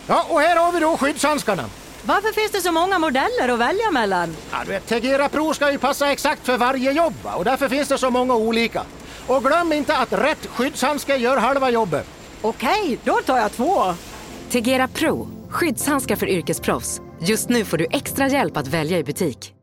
Ja, och här har vi då skyddshandskarna. Varför finns det så många modeller att välja mellan? Ja, du vet, Tegera Pro ska ju passa exakt för varje jobb, och därför finns det så många olika. Och glöm inte att rätt skyddshandske gör halva jobbet. Okej, då tar jag 2. Tegera Pro, skyddshandskar för yrkesproffs. Just nu får du extra hjälp att välja i butik.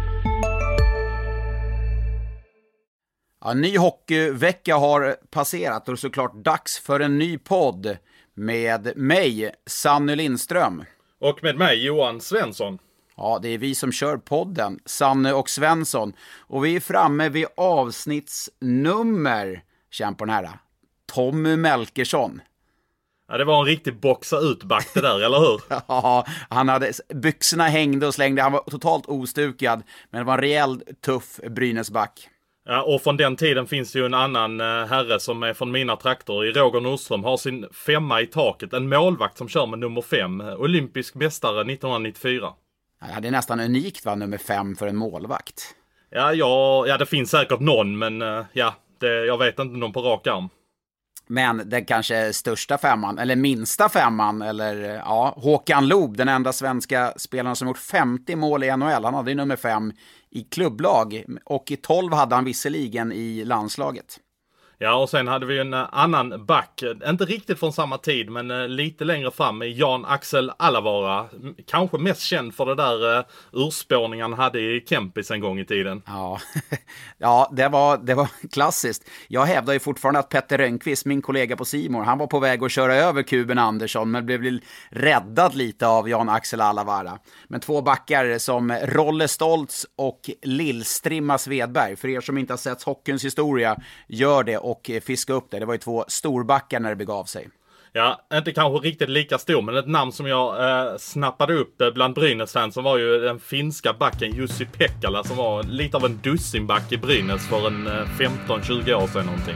Ja, ny hockeyvecka har passerat och såklart dags för en ny podd med mig, Sanny Lindström. Och med mig, Johan Svensson. Ja, det är vi som kör podden, Sanne och Svensson. Och vi är framme vid avsnittsnummer, känn på den här, Tommy Melkersson. Ja, det var en riktig boxa utback det där, eller hur? Ja, han hade byxorna hängde och slängde, han var totalt ostukad, men det var en rejäl tuff Brynäsback. Ja, och från den tiden finns det ju en annan herre som är från mina trakter, i Roger Nordström, har sin 5 i taket. En målvakt som kör med nummer 5, olympisk mästare 1994. Ja, det är nästan unikt, va, nummer 5 för en målvakt. Ja, det finns säkert någon, men jag vet inte någon på rak arm. Men den kanske största 5:an, eller minsta 5:an, eller ja, Håkan Loob, den enda svenska spelaren som gjort 50 mål i NHL. Han hade ju nummer 5 i klubblag, och i 12 hade han visserligen i landslaget. Ja, och sen hade vi en annan back, inte riktigt från samma tid, men lite längre fram, Jan Axel Alavara. Kanske mest känd för det där urspårningen han hade i Kempis en gång i tiden. Ja, ja, det var klassiskt. Jag hävdar ju fortfarande att Petter Rönnqvist, min kollega på C More, han var på väg att köra över Kuben Andersson, men blev räddad lite av Jan Axel Alavara. Men 2 backar som Rolle Stoltz och Lillstrimma Svedberg. För er som inte har sett hockeyns historia, gör det och fiska upp det. Det var ju 2 storbackar när det begav sig. Ja, inte kanske riktigt lika stor, men ett namn som jag snappade upp bland Brynäs-fans som var ju den finska backen Jussi Pekkala, som var lite av en dussinback i Brynäs för en 15-20 år sedan någonting.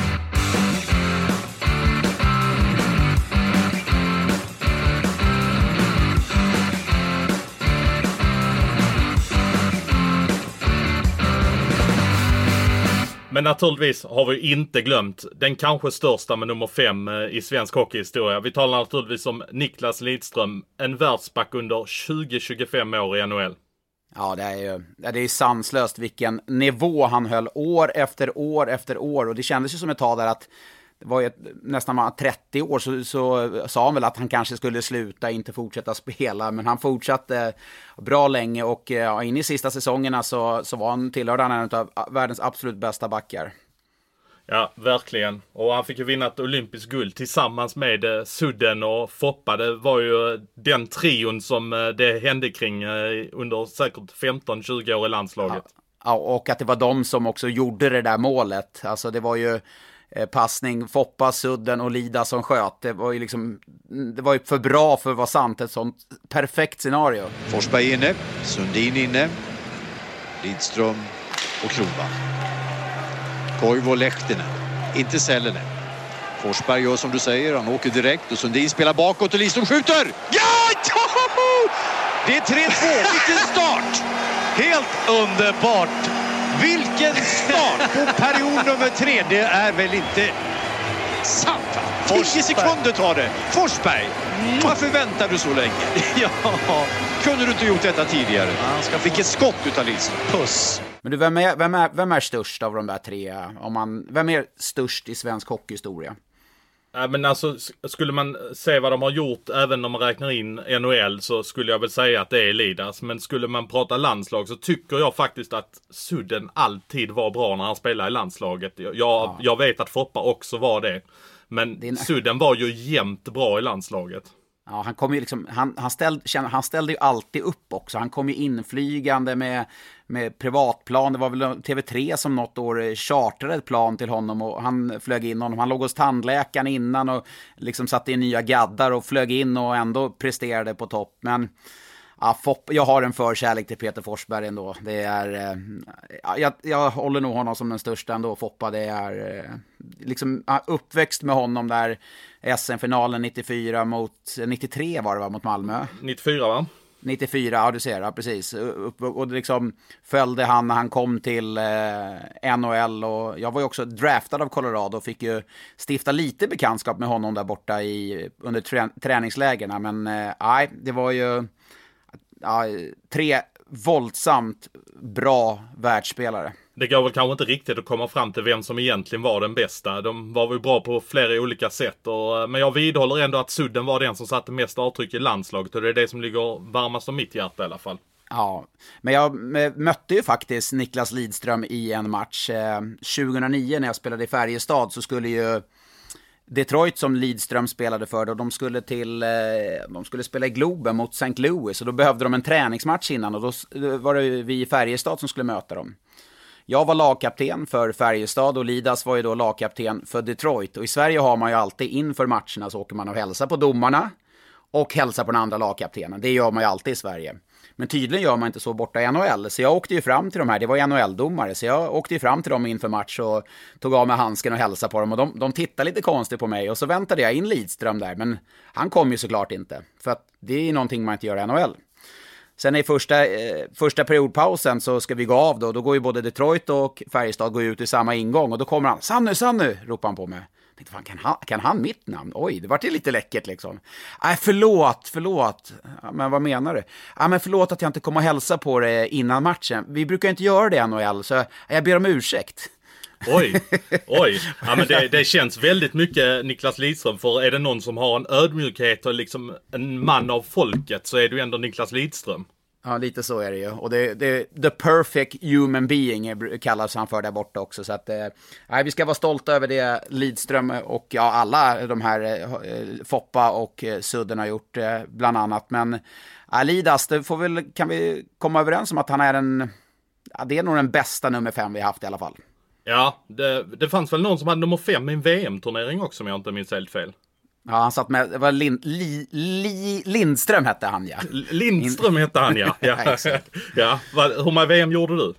Men naturligtvis har vi inte glömt den kanske största med nummer 5 i svensk hockeyhistoria. Vi talar naturligtvis om Niklas Lidström, en världsback under 20-25 år i NHL. Ja, det är ju sanslöst vilken nivå han höll år efter år efter år. Och det kändes ju som ett tag där att det var ju nästan 30 år så sa han väl att han kanske skulle sluta, inte fortsätta spela. Men han fortsatte bra länge, och in i sista säsongerna så var han tillhörde han en av världens absolut bästa backar. Ja, verkligen. Och han fick ju vinna ett olympiskt guld tillsammans med Sudden och Foppa. Det var ju den trion som det hände kring under säkert 15-20 år i landslaget. Ja, och att det var de som också gjorde det där målet. Alltså det var ju passning, Foppa, Sudden och Lida som sköt. Det var ju för bra för att vara sant, ett sånt perfekt scenario. Forsberg inne, Sundin inne, Lidström och Kronwall. Koivu, Lehtinen, inte Sellenen. Forsberg gör som du säger, han åker direkt och Sundin spelar bakåt och Lidström skjuter! Ja! Det är 3-2, vilken start! Helt underbart! Vilken start på period nummer 3, det är väl inte sant? 10 sekunder tar det. Forsberg, varför väntar du så länge? Ja, kunde du inte gjort detta tidigare? Vilket skott utav Lidström. Puss. Men du, vem är störst av de där 3? Vem är störst i svensk hockeyhistoria? Ja, men alltså, skulle man se vad de har gjort, även om man räknar in NHL, så skulle jag väl säga att det är Lidas. Men skulle man prata landslag så tycker jag faktiskt att Sudden alltid var bra när han spelade i landslaget. Jag vet att Foppa också var det. Men Sudden var ju jämt bra i landslaget. Ja, han kom ju liksom, han ställde ju alltid upp också. Han kom ju inflygande med privatplan. Det var väl TV3 som något år chartrade ett plan till honom och han flög in honom. Han låg hos tandläkaren innan och liksom satte in nya gaddar och flög in och ändå presterade på topp. Men ja, jag har en förkärlek till Peter Forsberg ändå. Det är, jag håller nog honom som den största ändå. Foppa, det är liksom uppväxt med honom där SM-finalen 94 mot 93 var det, va, mot Malmö. 94, va? 94, ja du ser, ja, precis. Och liksom följde han när han kom till NHL, och jag var ju också draftad av Colorado och fick ju stifta lite bekantskap med honom där borta under träningslägerna. Men nej, det var ju 3 våldsamt bra världsspelare. Det går väl kanske inte riktigt att komma fram till vem som egentligen var den bästa. De var väl bra på flera olika sätt. Men jag vidhåller ändå att Sudden var den som satte mest avtryck i landslaget. Och det är det som ligger varmast om mitt hjärta i alla fall. Ja, men jag mötte ju faktiskt Niklas Lidström i en match. 2009 när jag spelade i Färjestad så skulle ju Detroit, som Lidström spelade för, och de skulle spela i Globen mot St. Louis, och då behövde de en träningsmatch innan, och då var det vi i Färjestad som skulle möta dem. Jag var lagkapten för Färjestad och Lidas var ju då lagkapten för Detroit. Och i Sverige har man ju alltid inför matcherna så åker man och hälsar på domarna och hälsar på den andra lagkaptenen. Det gör man ju alltid i Sverige. Men tydligen gör man inte så borta i NHL. Så jag åkte ju fram till de här, det var NHL-domare, så jag åkte ju fram till dem inför match och tog av mig handsken och hälsade på dem. Och de tittade lite konstigt på mig, och så väntade jag in Lidström där. Men han kom ju såklart inte, för att det är ju någonting man inte gör i NHL. Sen i första periodpausen så ska vi gå av då går ju både Detroit och Färjestad gå ut i samma ingång, och då kommer han, Sannu, ropar han på mig. Jag tänkte, fan, kan han mitt namn? Oj, det var till lite läckert liksom. Nej, förlåt. Ja, men vad menar du? Ja, men förlåt att jag inte kom och hälsa på det innan matchen. Vi brukar inte göra det i NHL, så jag ber om ursäkt. Oj. Ja, men det känns väldigt mycket Niklas Lidström, för är det någon som har en ödmjukhet och liksom en man av folket, så är det ju ändå Niklas Lidström. Ja, lite så är det ju. Och det the perfect human being kallas han för där borta också. Så att vi ska vara stolta över det Lidström och alla de här Foppa och Sudden har gjort bland annat. Men Lidas, kan vi komma överens om att han är det är nog den bästa nummer 5 vi har haft i alla fall. Ja, det fanns väl någon som hade nummer 5 i en VM-turnering också, om jag inte minns helt fel. Ja, han satt med, det var Lindström hette han, ja. Lindström hette han, ja. Ja. Hur många VM gjorde du?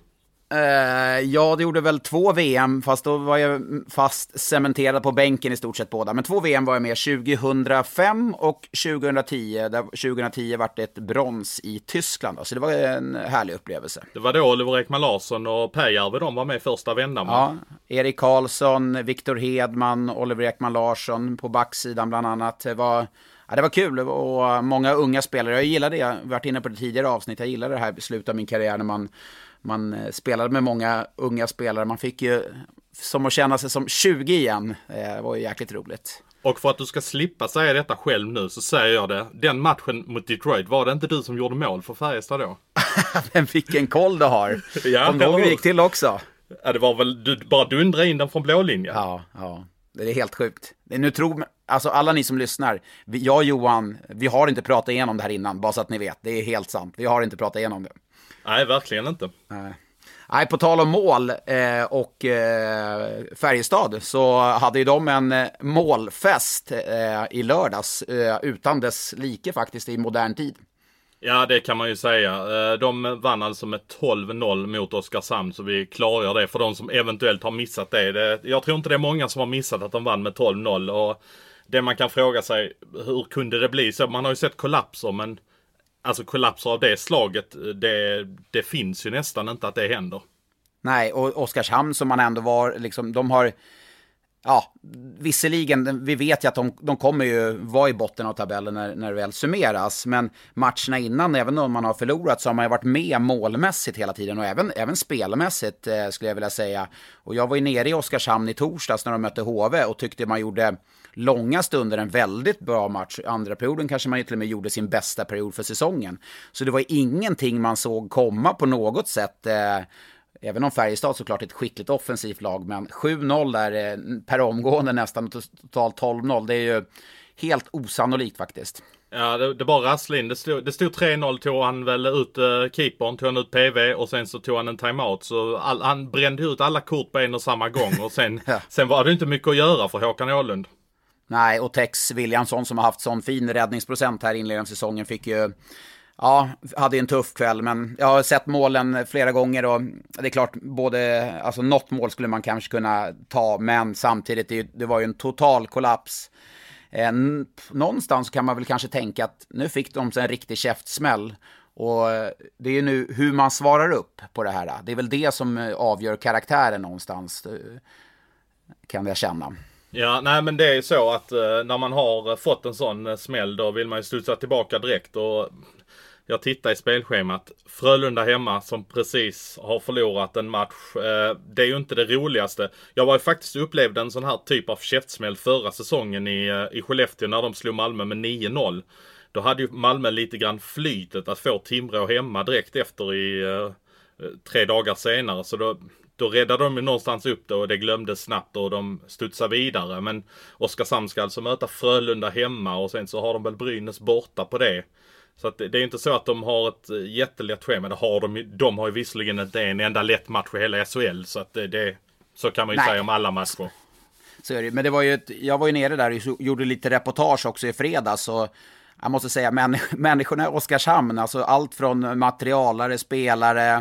Jag gjorde väl 2 VM, fast då var jag fast cementerad på bänken i stort sett båda. Men 2 VM var jag med 2005 och 2010. 2010 var det ett brons i Tyskland då, så det var en härlig upplevelse. Det var då Oliver Ekman Larsson och Per Järve, de var med i första vändan. Ja, Erik Karlsson, Viktor Hedman, Oliver Ekman Larsson på backsidan bland annat. Det var kul, och många unga spelare. Jag gillar det, jag har varit inne på det tidigare avsnitt. Jag gillar det här slutet av min karriär när man spelade med många unga spelare. Man fick ju som att känna sig som 20 igen. Det var ju jäkligt roligt. Och för att du ska slippa säga detta själv nu, så säger jag det. Den matchen mot Detroit, var det inte du som gjorde mål för Färjestad då? Men vilken koll du har. Ja, kom ihåg hur det gick till också. Ja, det var väl du bara dundra in den från blålinjen. Ja. Det är helt sjukt. Nu alltså alla ni som lyssnar, jag och Johan, vi har inte pratat igenom det här innan, bara så att ni vet. Det är helt sant. Vi har inte pratat igenom det. Nej, verkligen inte. Nej, på tal om mål och Färjestad, så hade ju de en målfest i lördags utan dess like faktiskt i modern tid. Ja, det kan man ju säga. De vann alltså med 12-0 mot Oskarshamn, så vi klargör det för de som eventuellt har missat det. Jag tror inte det är många som har missat att de vann med 12-0, och det man kan fråga sig, hur kunde det bli så? Man har ju sett kollapser, men alltså kollapser av det slaget, det finns ju nästan inte att det händer. Nej, och Oskarshamn som man ändå var, liksom, de har, visserligen, vi vet ju att de kommer ju vara i botten av tabellen när det väl summeras, men matcherna innan, även om man har förlorat, så har man ju varit med målmässigt hela tiden, och även spelmässigt skulle jag vilja säga. Och jag var ju nere i Oskarshamn i torsdags när de mötte HV och tyckte man gjorde långa stunder en väldigt bra match. Andra perioden kanske man ju till och med gjorde sin bästa period för säsongen. Så det var ingenting man såg komma på något sätt. Även om Färjestad såklart är ett skickligt offensivt lag, men 7-0 där per omgående nästan, totalt 12-0. Det är ju helt osannolikt faktiskt. Ja, det bara rasslade in. Det stod 3-0, tog han väl ut keepern, tog han ut PV, och sen så tog han en timeout. Så han brände ut alla kort på en och samma gång, och sen var det inte mycket att göra för Håkan Åhlund. Nej, och Tex Williamson som har haft sån fin räddningsprocent här inledningen av säsongen fick ju, hade en tuff kväll, men jag har sett målen flera gånger, och det är klart, alltså något mål skulle man kanske kunna ta, men samtidigt det var ju en total kollaps Någonstans kan man väl kanske tänka att nu fick de en riktig käftsmäll. Och det är ju nu hur man svarar upp på det här. Det är väl det som avgör karaktären någonstans, kan jag känna. Ja, nej men det är ju så att när man har fått en sån smäll, då vill man ju studsa tillbaka direkt. Och jag tittar i spelschemat. Frölunda hemma som precis har förlorat en match. Det är ju inte det roligaste. Jag var ju faktiskt upplevde en sån här typ av käftsmäll förra säsongen i Skellefteå när de slog Malmö med 9-0. Då hade ju Malmö lite grann flytet att få Timrå hemma direkt efter i 3 dagar senare. Så då räddade de ju någonstans upp det och det glömdes snabbt och de studsade vidare. Men Oskarshamn ska alltså möta Frölunda hemma och sen så har de väl Brynäs borta på det. Så att det är inte så att de har ett jättelätt schema. De har ju visserligen inte en enda lätt match i hela SHL. Så att så kan man ju säga om alla matcher. Så är det. Men det var ju jag var ju nere där och gjorde lite reportage också i fredags. Och jag måste säga, människorna i Oskarshamn, alltså allt från materialare, spelare,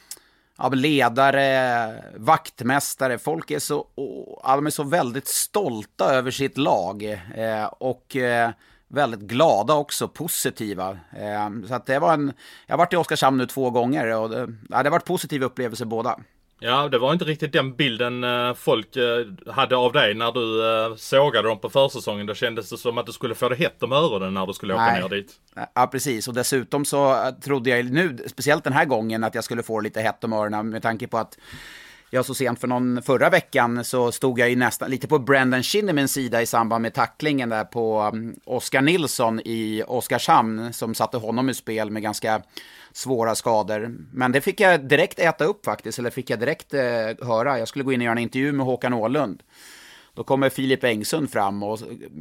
ledare, vaktmästare, folk är de är så väldigt stolta över sitt lag och väldigt glada också, positiva. Så att det var jag har varit i Oskarshamn nu 2 gånger och det har varit positiv upplevelse båda. Ja, det var inte riktigt den bilden folk hade av dig när du sågade dem på försäsongen. Då kändes det som att du skulle få det hett om öronen när du skulle åka ner dit. Ja, precis. Och dessutom så trodde jag nu, speciellt den här gången, att jag skulle få lite hett om öronen med tanke på att jag så sent förra veckan så stod jag ju nästan lite på Brendan Shinnemans sida i samband med tacklingen där på Oskar Nilsson i Oskarshamn som satte honom i spel med ganska svåra skador. Men det fick jag direkt äta upp faktiskt, eller fick jag direkt höra. Jag skulle gå in och göra en intervju med Håkan Åhlund. Då kommer Filip Engsund fram och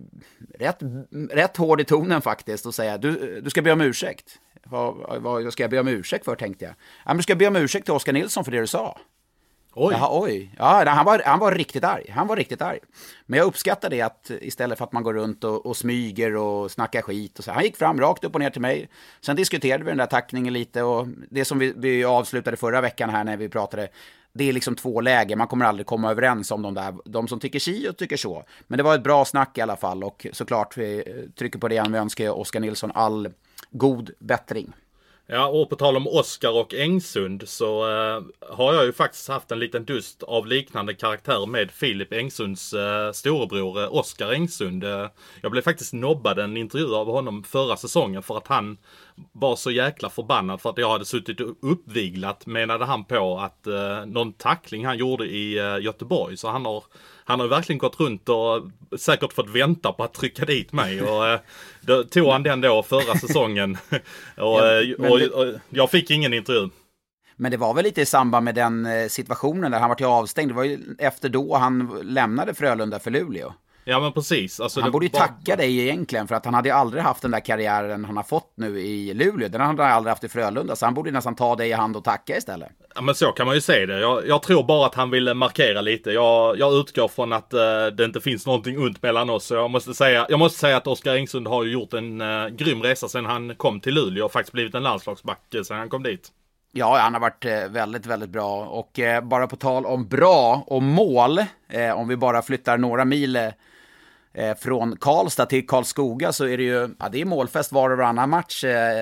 rätt hård i tonen faktiskt och säger du ska be om ursäkt. Vad ska jag be om ursäkt för, tänkte jag. Ja, men du ska be om ursäkt till Oskar Nilsson för det du sa. Oj. Jaha, oj. Ja, han var riktigt arg. Men jag uppskattar det att istället för att man går runt och smyger och snackar skit och så. Han gick fram rakt upp och ner till mig. Sen diskuterade vi den där tackningen lite och det som vi avslutade förra veckan här när vi pratade, det är liksom 2 läger. Man kommer aldrig komma överens om de som tycker si och tycker så. Men det var ett bra snack i alla fall och såklart vi trycker på det igen. Vi önskar Oskar Nilsson all god bättring. Ja, och på tal om Oskar och Engsund så har jag ju faktiskt haft en liten dust av liknande karaktär med Filip Engsunds storebror Oskar Engsund. Jag blev faktiskt nobbad en intervju av honom förra säsongen för att han var så jäkla förbannad för att jag hade suttit och uppviglat, menade han på att någon tackling han gjorde i Göteborg. Så han har verkligen gått runt och säkert fått vänta på att trycka dit mig. Och då tog han den då förra säsongen. och jag fick ingen intervju. Men det var väl lite i samband med den situationen där han var till avstängd. Det var ju efter då han lämnade Frölunda för Luleå. Ja, men precis. Alltså, han borde ju tacka dig egentligen för att han hade aldrig haft den där karriären han har fått nu i Luleå. Den hade han aldrig haft i Frölunda, så han borde nästan ta dig i hand och tacka istället. Ja, men så kan man ju säga det. Jag tror bara att han ville markera lite. Jag utgår från att det inte finns någonting ont mellan oss. Så jag måste säga att Oskar Engsund har gjort en grym resa sedan han kom till Luleå och faktiskt blivit en landslagsback sedan han kom dit. Ja, han har varit väldigt, väldigt bra. Och bara på tal om bra och mål, om vi bara flyttar några mil från Karlstad till Karlskoga, så är det ju det är målfest var och varannan match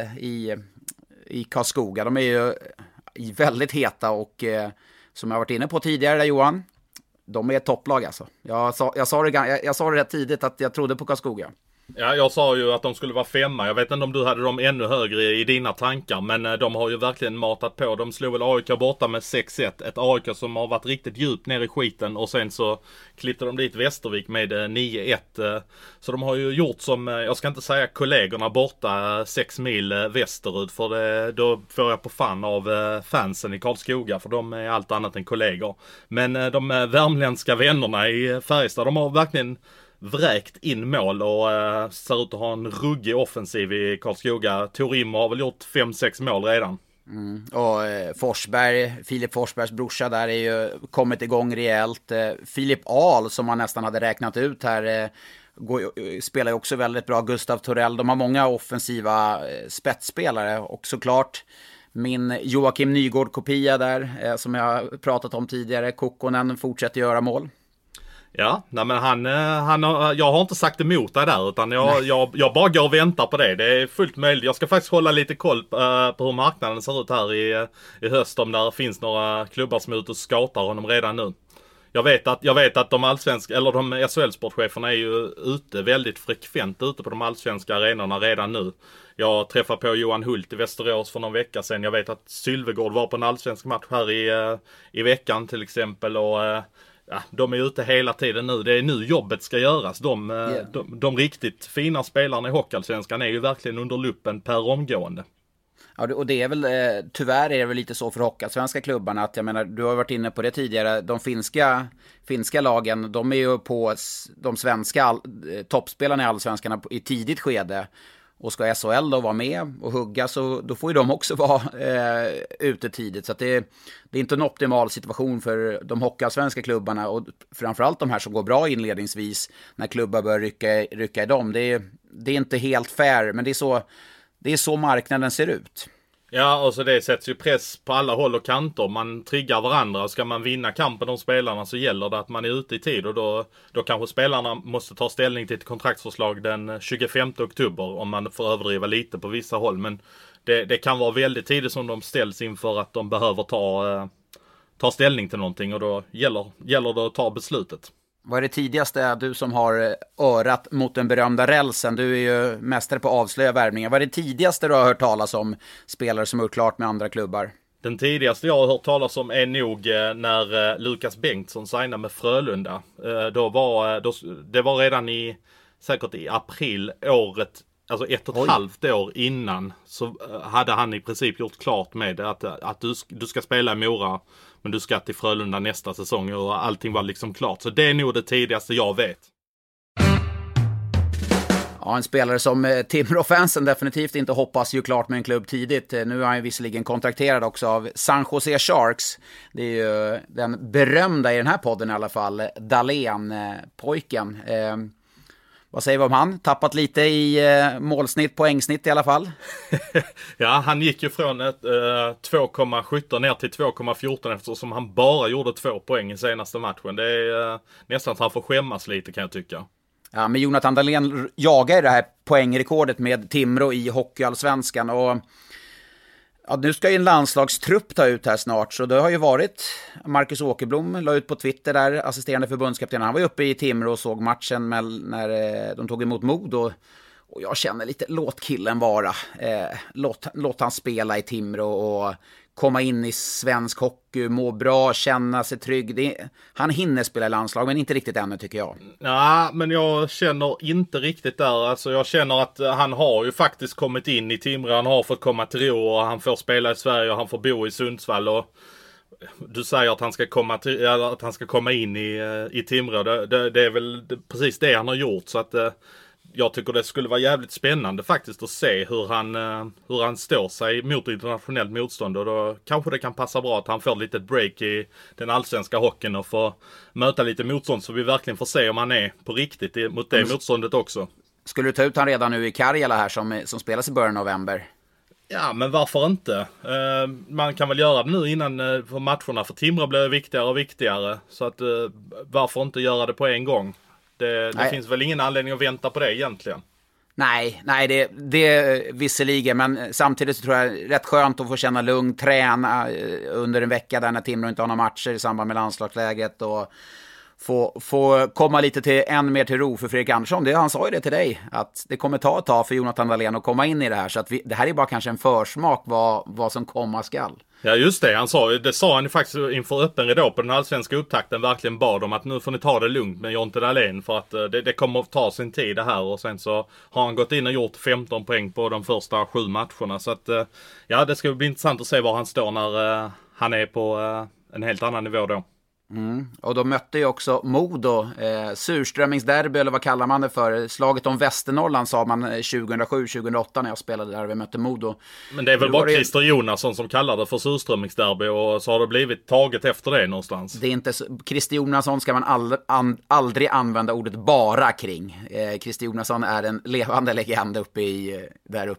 i Karlskoga. De är ju väldigt heta och som jag varit inne på tidigare där, Johan, de är ett topplag alltså. Jag sa det rätt tidigt att jag trodde på Karlskoga. Ja, jag sa ju att de skulle vara 5. Jag vet inte om du hade dem ännu högre i dina tankar, men de har ju verkligen matat på. De slog väl AIK borta med 6-1. Ett AIK som har varit riktigt djupt ner i skiten, och sen så klippte de dit Västervik med 9-1. Så de har ju gjort som, jag ska inte säga kollegorna borta 6 mil västerut, för då får jag på fan av fansen i Karlskoga, för de är allt annat än kollegor. Men de värmländska vännerna i Färjestad, de har verkligen vräkt in mål och ser ut att ha en ruggig offensiv i Karlskoga. Torim har väl gjort 5-6 mål redan. Och Filip Forsbergs brorsa där är ju kommit igång rejält. Filip Ahl, som man nästan hade räknat ut här, spelar ju också väldigt bra. Gustav Torell, de har många offensiva spetsspelare, och såklart min Joakim Nygård-kopia där, som jag pratat om tidigare, Kokkonen, fortsätter göra mål. Ja, nej men jag har inte sagt emot dig där, utan jag bara går och väntar på det. Det är fullt möjligt. Jag ska faktiskt hålla lite koll på hur marknaden ser ut här i höst, om där finns några klubbar som är ute och scoutar honom redan nu. Jag vet att de SHL-sportcheferna är ju ute väldigt frekvent ute på de allsvenska arenorna redan nu. Jag träffade på Johan Hult i Västerås för någon vecka sedan. Jag vet att Sylvegård var på en allsvensk match här i veckan till exempel, och de är ute hela tiden nu. Det är nu jobbet ska göras. De riktigt fina spelarna i Hockeyallsvenskan är ju verkligen under luppen per omgående. Ja, och det är väl, tyvärr är det väl lite så för Hockeyallsvenska klubbarna att, jag menar, du har varit inne på det tidigare, de finska lagen, de är ju på de svenska toppspelarna i allsvenskarna i tidigt skede. Och ska SHL då vara med och hugga, så då får ju de också vara ute tidigt. Så att det är inte en optimal situation för de hockeyallsvenska klubbarna, och framförallt de här som går bra inledningsvis när klubbar börjar rycka i dem. Det är inte helt fair, men det är så marknaden ser ut. Ja, och så det sätts ju press på alla håll och kanter. Man triggar varandra, och ska man vinna kampen om spelarna så gäller det att man är ute i tid. Och då kanske spelarna måste ta ställning till ett kontraktsförslag den 25 oktober om man får överdriva lite på vissa håll. Men det kan vara väldigt tidigt som de ställs inför att de behöver ta ställning till någonting, och då gäller det att ta beslutet. Vad är det tidigaste, du som har örat mot den berömda rälsen, du är ju mästare på att avslöja värvningar. Vad är det tidigaste du har hört talas om spelare som har gjort klart med andra klubbar? Den tidigaste jag har hört talas om är nog när Lukas Bengtsson signade med Frölunda. Det var redan säkert i april året, alltså 1,5 år innan, så hade han i princip gjort klart med att du ska spela i Mora, men du ska till Frölunda nästa säsong, och allting var liksom klart. Så det är nog det tidigaste jag vet. Ja, en spelare som Timrå-fansen definitivt inte hoppas ju klart med en klubb tidigt. Nu är han ju visserligen kontrakterad också av San Jose Sharks. Det är ju den berömda i den här podden i alla fall, Dahlén-pojken. Vad säger vi om han? Tappat lite i målsnitt, poängsnitt i alla fall. Ja, han gick ju från 2,17 ner till 2,14 eftersom han bara gjorde 2 poäng i senaste matchen. Det är nästan att han får skämmas lite, kan jag tycka. Ja, men Jonathan Dahlén jagar det här poängrekordet med Timrå i Hockeyallsvenskan, och ja, nu ska ju en landslagstrupp ta ut här snart, så det har ju varit Marcus Åkerblom la ut på Twitter där, assisterande förbundskapten. Han var ju uppe i Timrå och såg matchen när de tog emot Modo, och jag känner lite, låt killen vara. Låt han spela i Timrå och komma in i svensk hockey, må bra, känna sig trygg. Han hinner spela i landslag, men inte riktigt ännu, tycker jag. Ja, men jag känner inte riktigt där. Alltså, jag känner att han har ju faktiskt kommit in i Timrå. Han har fått komma till Ro, och han får spela i Sverige, och han får bo i Sundsvall. Och du säger att han ska komma in i Timrå. Det är väl precis det han har gjort, så att jag tycker det skulle vara jävligt spännande faktiskt att se hur han står sig mot internationellt motstånd, och då kanske det kan passa bra att han får lite break i den allsvenska hockeyn och får möta lite motstånd, så vi verkligen får se om han är på riktigt mot det motståndet också. Skulle du ta ut han redan nu i Karjala här som spelas i början av november? Ja, men varför inte? Man kan väl göra det nu innan för matcherna, för Timrå blir viktigare och viktigare, så att varför inte göra det på en gång? Det finns väl ingen anledning att vänta på det egentligen. Nej, det visserligen, men samtidigt så tror jag rätt skönt att få känna lugn, träna under en vecka där när Timrå inte har några matcher i samband med landslagsläget, och få komma lite till än mer till ro för Fredrik Andersson. Han sa ju det till dig, att det kommer ta ett tag för Jonathan Dahlén att komma in i det här, så att det här är bara kanske en försmak vad som komma skall. Ja, just det. Det sa han ju faktiskt inför öppen ridå på den allsvenska upptakten, verkligen bad om att nu får ni ta det lugnt med Jonte Dahlén, för att det kommer att ta sin tid det här, och sen så har han gått in och gjort 15 poäng på de första 7 matcherna, så att ja, det ska bli intressant att se var han står när han är på en helt annan nivå då. Och då mötte ju också Modo, surströmmingsderby eller vad kallar man det för, slaget om Västernorrland sa man 2007-2008 när jag spelade där och vi mötte Modo. Men det är väl bara Christer Jonasson som kallar det för surströmmingsderby, och så har det blivit taget efter det någonstans. Det är inte så, Christer Jonasson ska man aldrig använda ordet bara kring. Christer Jonasson är en levande legend där uppe.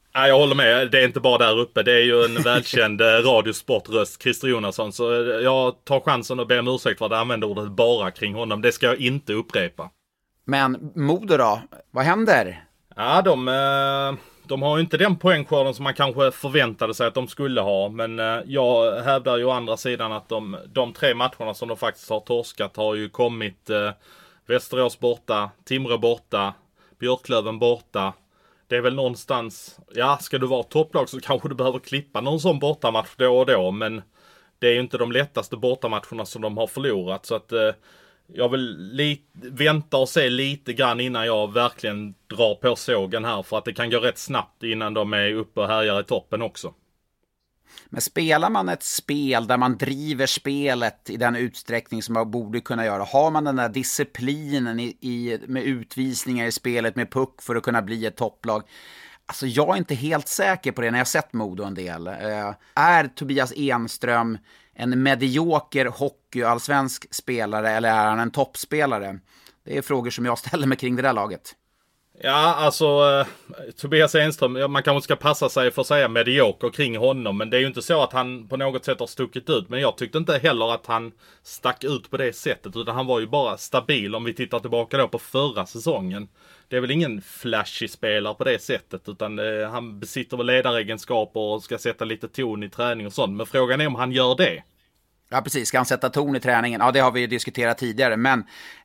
Ja, jag håller med. Det är inte bara där uppe. Det är ju en välkänd radiosportröst, Christer Jonasson. Så jag tar chansen att be om ursäkt för att jag använder ordet bara kring honom. Det ska jag inte upprepa. Men Modo då? Vad händer? Ja, de har ju inte den poängskörden som man kanske förväntade sig att de skulle ha. Men jag hävdar ju å andra sidan att de 3 matcherna som de faktiskt har torskat har ju kommit Västerås borta, Timrå borta, Björklöven borta. Det är väl någonstans, ska du vara topplag så kanske du behöver klippa någon sån bortamatch då och då. Men det är ju inte de lättaste bortamatcherna som de har förlorat. Så att jag vill vänta och se lite grann innan jag verkligen drar på sågen här. För att det kan gå rätt snabbt innan de är uppe och härjar i toppen också. Men spelar man ett spel där man driver spelet i den utsträckning som man borde kunna göra, har man den där disciplinen med utvisningar i spelet med puck för att kunna bli ett topplag? Alltså jag är inte helt säker på det när jag sett Modo en del. Är Tobias Enström en medioker hockey-allsvensk spelare eller är han en toppspelare? Det är frågor som jag ställer mig kring det där laget. Ja, alltså Tobias Enström, man kanske ska passa sig för att säga medioker kring honom, men det är ju inte så att han på något sätt har stuckit ut. Men jag tyckte inte heller att han stack ut på det sättet, utan han var ju bara stabil om vi tittar tillbaka då på förra säsongen. Det är väl ingen flashy spelare på det sättet, utan han besitter väl ledaregenskaper och ska sätta lite ton i träning och sånt. Men frågan är om han gör det. Ja, precis. Ska han sätta ton i träningen? Ja, det har vi ju diskuterat tidigare. Men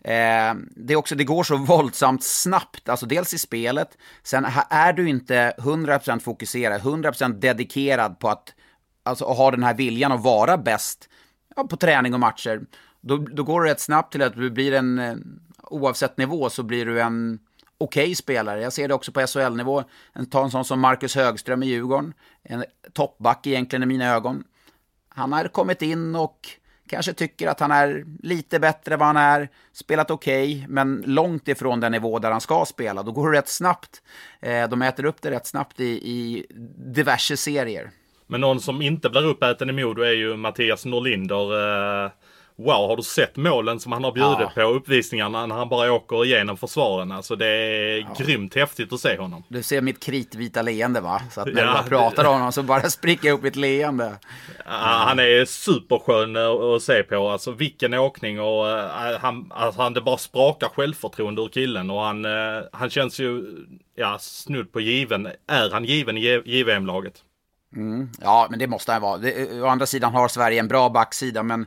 det går så våldsamt snabbt. Alltså dels i spelet. Sen är du inte 100% fokuserad, 100% dedikerad på att ha den här viljan att vara bäst på träning och matcher. Då går det rätt snabbt till att du blir oavsett nivå så blir du en okej spelare. Jag ser det också på SHL-nivå. Ta en sån som Marcus Högström i Djurgården. En toppback egentligen i mina ögon. Han har kommit in och kanske tycker att han är lite bättre än vad han är. Spelat okej, men långt ifrån den nivå där han ska spela. Då går det rätt snabbt. De äter upp det rätt snabbt i diverse serier. Men någon som inte blir uppäten i Modo är ju Mattias Norlinder. Wow, har du sett målen som han har bjudit på uppvisningarna när han bara åker igenom försvaren? Alltså det är grymt häftigt att se honom. Du ser mitt kritvita leende, va? Så att när jag pratar om honom så bara spricker jag upp ett leende. Han är superskön att se på. Alltså vilken åkning och det bara sprakar självförtroende ur killen. Och han känns ju snudd på given. Är han given i JVM-laget? Ja, men det måste han vara. Å andra sidan har Sverige en bra backsida, men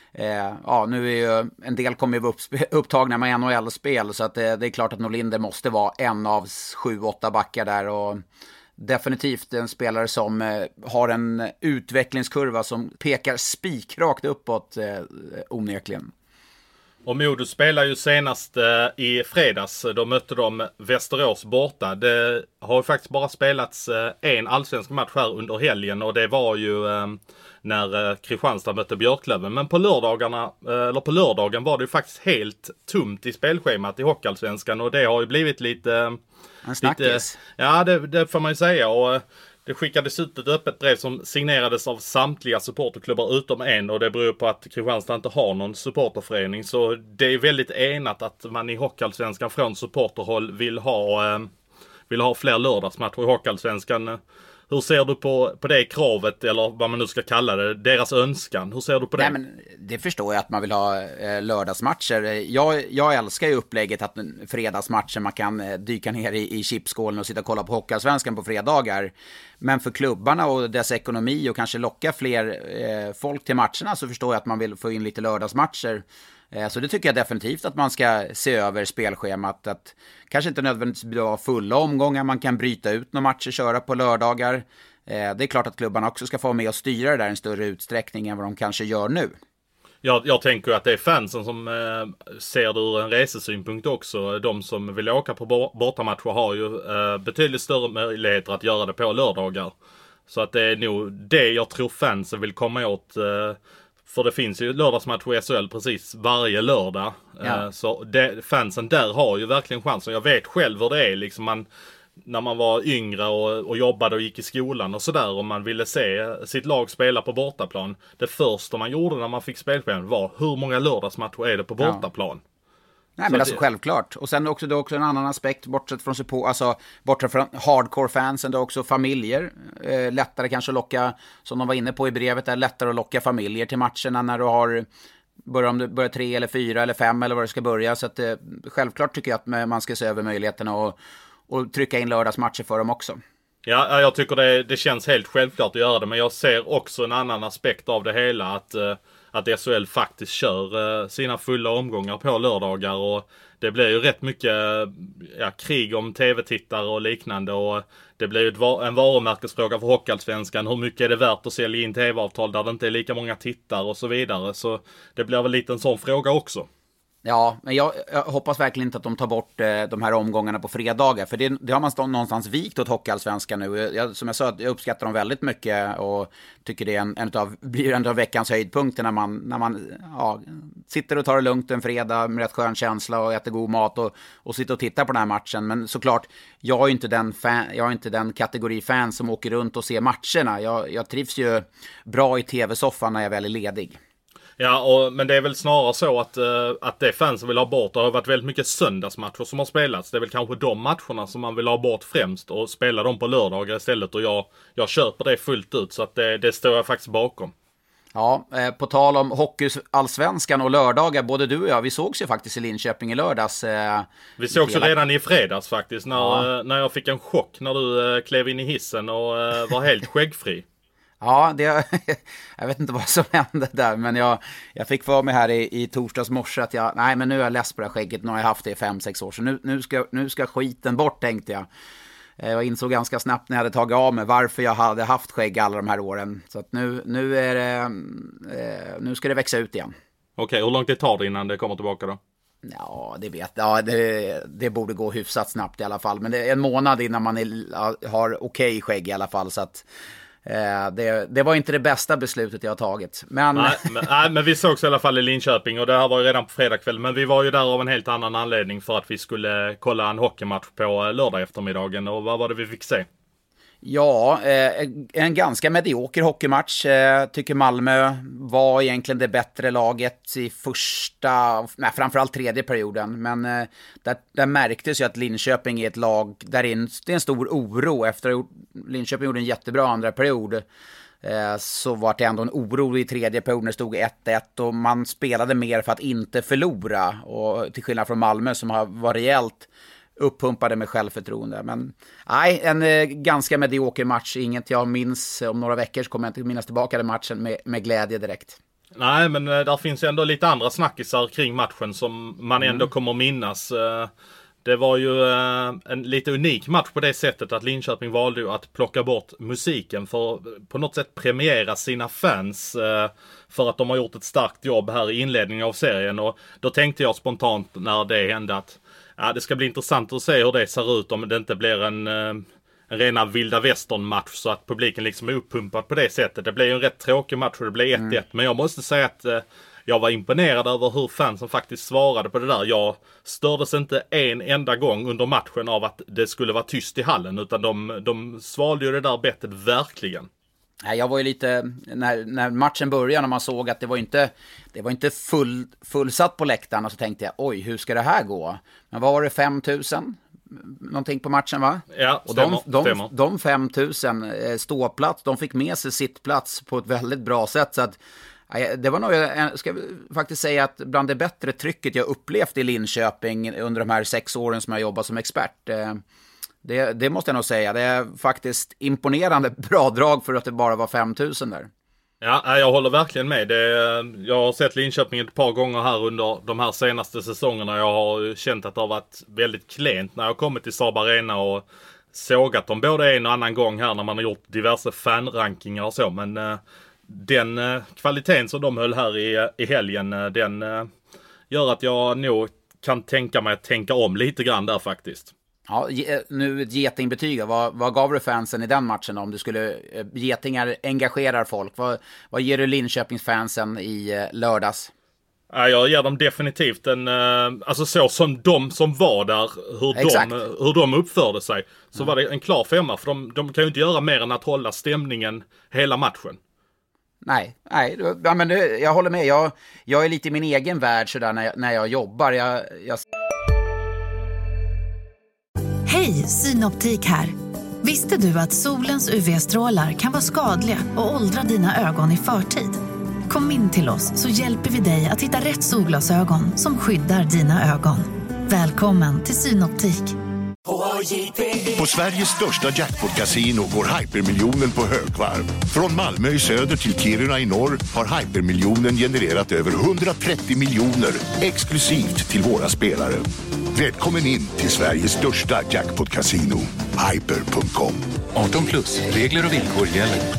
nu är ju en del kommer ju upptagna med NHL-spel, så att det är klart att Norlinder måste vara en av 7-8 backar där, och definitivt en spelare som har en utvecklingskurva som pekar spikrakt uppåt onekligen. Och Modo spelar ju senast i fredags. Då mötte de Västerås borta. Det har ju faktiskt bara spelats en allsvensk match här under helgen. Och det var ju när Kristianstad mötte Björklöven. Men på lördagen var det ju faktiskt helt tomt i spelschemat i hockeyallsvenskan. Och det har ju blivit lite... En snackis. Ja, det får man ju säga. Och det skickades ut ett öppet brev som signerades av samtliga supporterklubbar utom en, och det beror på att Kristianstad inte har någon supporterförening. Så det är väldigt enat att man i hockeyallsvenskan från supporterhåll vill ha fler lördagsmatcher i hockeyallsvenskan. Hur ser du på det kravet, eller vad man nu ska kalla det, deras önskan? Hur ser du på det? Nej, men det förstår jag att man vill ha lördagsmatcher. Jag älskar ju upplägget att fredagsmatcher man kan dyka ner i chipskålen och sitta och kolla på hockeyallsvenskan på fredagar. Men för klubbarna och dess ekonomi och kanske locka fler folk till matcherna, så förstår jag att man vill få in lite lördagsmatcher. Så det tycker jag definitivt att man ska se över spelschemat. Att kanske inte nödvändigtvis vara fulla omgångar, man kan bryta ut några matcher, köra på lördagar. Det är klart att klubbarna också ska få med och styra det där i en större utsträckning än vad de kanske gör nu. Jag tänker att det är fansen som ser det ur en resesynpunkt också. De som vill åka på bortamatcher har ju betydligt större möjligheter att göra det på lördagar. Så att det är nog det jag tror fansen vill komma åt. För det finns ju lördagsmatcher i SHL precis varje lördag. Ja. Så fansen där har ju verkligen chansen. Jag vet själv hur det är. Liksom när man var yngre och jobbade och gick i skolan och sådär, och man ville se sitt lag spela på bortaplan. Det första man gjorde när man fick spelschemat var: hur många lördagsmatcher är det på bortaplan? Nej, men alltså självklart. Och sen också, det är också en annan aspekt, bortsett från hardcore-fansen, det är också familjer. Lättare kanske att locka, som de var inne på i brevet, är lättare att locka familjer till matcherna när du har, om du börjar 3 eller 4 eller 5 eller vad det ska börja. Så att, självklart tycker jag att man ska se över möjligheterna och trycka in lördagsmatcher för dem också. Ja, jag tycker det känns helt självklart att göra det, men jag ser också en annan aspekt av det hela, att SHL faktiskt kör sina fulla omgångar på lördagar, och det blir ju rätt mycket krig om tv-tittare och liknande, och det blir ju en varumärkesfråga för Hockeyallsvenskan. Hur mycket är det värt att sälja in tv-avtal där det inte är lika många tittare och så vidare, så det blir väl lite en sån fråga också. Ja, men jag hoppas verkligen inte att de tar bort de här omgångarna på fredagar. För det har man någonstans vikt åt Hockeyallsvenskan nu. Som jag sa, jag uppskattar dem väldigt mycket och tycker det är blir en av veckans höjdpunkter när man sitter och tar det lugnt en fredag med rätt skön känsla och äter god mat och sitter och tittar på den här matchen. Men såklart, jag är inte den kategori fan som åker runt och ser matcherna. Jag trivs ju bra i tv-soffan när jag väl är ledig. Ja, men det är väl snarare så att det fansen vill ha bort. Det har varit väldigt mycket söndagsmatcher som har spelats. Det är väl kanske de matcherna som man vill ha bort främst och spela dem på lördagar istället. Och jag köper det fullt ut, så att det står jag faktiskt bakom. Ja, på tal om Hockeyallsvenskan och lördagar, både du och jag, vi sågs ju faktiskt i Linköping i lördags. Vi sågs ju redan i fredags faktiskt, när jag fick en chock när du klev in i hissen och var helt skäggfri. Ja, jag vet inte vad som hände där, men jag fick för mig här i torsdags morse att men nu är jag less på det här skägget, nu har jag haft det i 5-6 år, så nu ska skiten bort, tänkte jag. Jag insåg ganska snabbt när jag hade tagit av mig varför jag hade haft skägg alla de här åren, så att nu ska det växa ut igen. Okej, hur långt det tar det innan det kommer tillbaka då? Ja, det borde gå hyfsat snabbt i alla fall, men det är en månad innan man har okej skägg i alla fall, så att det var inte det bästa beslutet jag har tagit. Men vi sågs i alla fall i Linköping, och det här var ju redan på fredagkväll. Men vi var ju där av en helt annan anledning, för att vi skulle kolla en hockeymatch på lördag eftermiddagen. Och vad var det vi fick se? Ja, en ganska medioker hockeymatch. Tycker Malmö var egentligen det bättre laget i framförallt tredje perioden. Men där märktes ju att Linköping är ett lag där det är en stor oro. Efter att Linköping gjorde en jättebra andra period, så var det ändå en oro i tredje perioden. Det stod 1-1 och man spelade mer för att inte förlora. Och till skillnad från Malmö som var rejält uppumpade med självförtroende. Men en ganska medioker match. Inget jag minns. Om några veckor så kommer jag inte minnas tillbaka den matchen med glädje direkt. Nej, men där finns ändå lite andra snackisar kring matchen som man ändå kommer minnas. Det var ju en lite unik match på det sättet att Linköping valde att plocka bort musiken för att på något sätt premiera sina fans för att de har gjort ett starkt jobb här i inledningen av serien. Och då tänkte jag spontant när det hände att det ska bli intressant att se hur det ser ut om det inte blir en rena vilda västern-match så att publiken liksom är uppumpad på det sättet. Det blir ju en rätt tråkig match och det blir 1-1. Men jag måste säga att jag var imponerad över hur fansen faktiskt svarade på det där. Jag stördes inte en enda gång under matchen av att det skulle vara tyst i hallen, utan de svalde ju det där bettet verkligen. Jag var ju lite, när matchen började, när man såg att det var inte fullsatt på läktarna, så tänkte jag, oj, hur ska det här gå? Men vad var det, 5 000? Någonting på matchen, va? Ja, och de 5 000 ståplats, de fick med sig sittplats på ett väldigt bra sätt, så att det var nog, jag ska faktiskt säga att bland det bättre trycket jag upplevt i Linköping under de här 6 åren som jag jobbat som expert. Det måste jag nog säga. Det är faktiskt imponerande bra drag för att det bara var 5 000 där. Ja, jag håller verkligen med. Jag har sett Linköping ett par gånger här under de här senaste säsongerna. Jag har känt att det har varit väldigt klent när jag kommit till Saab Arena och sågat dem både en och annan gång här när man har gjort diverse fanrankingar och så. Men den kvaliteten som de höll här i helgen, den gör att jag nog kan tänka mig att tänka om lite grann där faktiskt. Ja, nu ett getingbetyg. Vad gav du fansen i den matchen om du skulle... Getingar engagerar folk. Vad ger du Linköpingsfansen i lördags? Jag ger dem definitivt alltså så som de som var där, hur de uppförde sig, så var det en klar 5. För de kan ju inte göra mer än att hålla stämningen hela matchen. Nej, ja, men jag håller med. Jag är lite i min egen värld sådär när jag jobbar. Hej, Synoptik här. Visste du att solens UV-strålar kan vara skadliga och åldra dina ögon i förtid? Kom in till oss så hjälper vi dig att hitta rätt solglasögon som skyddar dina ögon. Välkommen till Synoptik. På Sveriges största jackpot-casino går Hypermiljonen på högvarv. Från Malmö i söder till Kiruna i norr har Hypermiljonen genererat över 130 miljoner exklusivt till våra spelare. Välkommen in till Sveriges största jackpot-casino, hyper.com. 18+, regler och villkor gäller.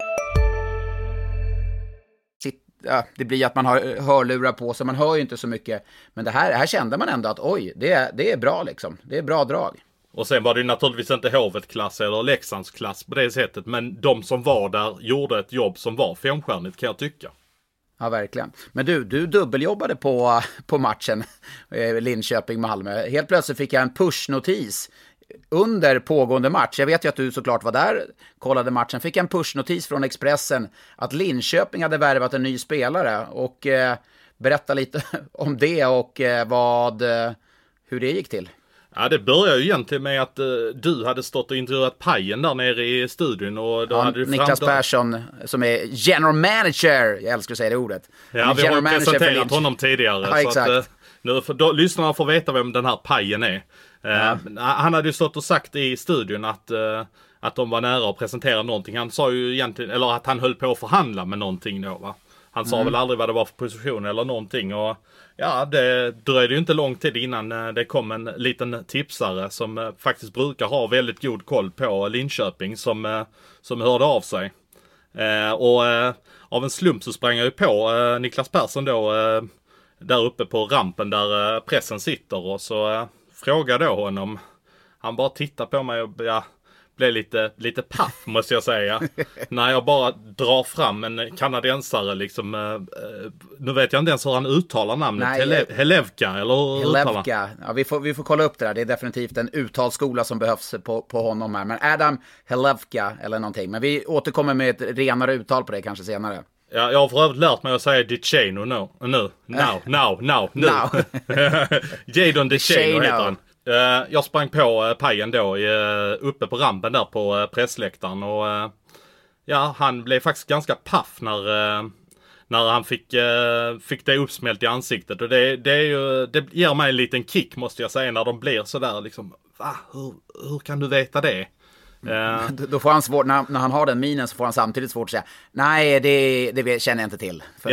Ja, det blir att man har hörlurar på så man hör ju inte så mycket. Men det här kände man ändå att oj, det är bra liksom. Det är bra drag. Och sen var det naturligtvis inte Hovet-klass eller Leksands-klass på det sättet. Men de som var där gjorde ett jobb som var femstjärnigt, kan jag tycka. Ja, verkligen. Men du dubbeljobbade på matchen Linköping-Malmö. Helt plötsligt fick jag en pushnotis under pågående match. Jag vet ju att du såklart var där, kollade matchen. Fick en pushnotis från Expressen att Linköping hade värvat en ny spelare. Och berätta lite om det och hur det gick till. Ja, det började ju egentligen med att du hade stått och intervjuat Pajen där nere i studion. Och då hade du Niklas Persson som är general manager, jag älskar att säga det ordet. Ja, vi har presenterat honom tidigare. Ja, så exakt. att, nu lyssnarna får veta vem den här Pajen är. Han hade ju stått och sagt i studion att de var nära att presentera någonting. Han sa ju egentligen, eller att han höll på att förhandla med någonting då, va? Han sa väl aldrig vad det var för position eller någonting. Och ja, det dröjde ju inte lång tid innan det kom en liten tipsare som faktiskt brukar ha väldigt god koll på Linköping som hörde av sig. Av en slump så sprang jag ju på Niklas Persson då där uppe på rampen där pressen sitter, och så frågade jag honom. Han bara tittade på mig och blev lite paff, måste jag säga. När jag bara drar fram en kanadensare liksom. Nu vet jag inte ens hur han uttalar namnet. Helevka eller Helevka. Ja, vi får kolla upp det där. Det är definitivt en uttalsskola som behövs på honom här. Men Adam Helevka eller någonting. Men vi återkommer med ett renare uttal på det kanske senare. Ja, jag har för övrigt lärt mig att säga DeChano nu. Jadon DeChano heter han. Jag sprang på Pajen då uppe på rampen där på pressläktaren, och han blev faktiskt ganska paff när han fick det uppsmält i ansiktet, och det ger mig en liten kick, måste jag säga, när de blir så där liksom, va? Hur kan du veta det? Då får han svårt, när han har den minen så får han samtidigt svårt att säga nej, det känner jag inte till. Det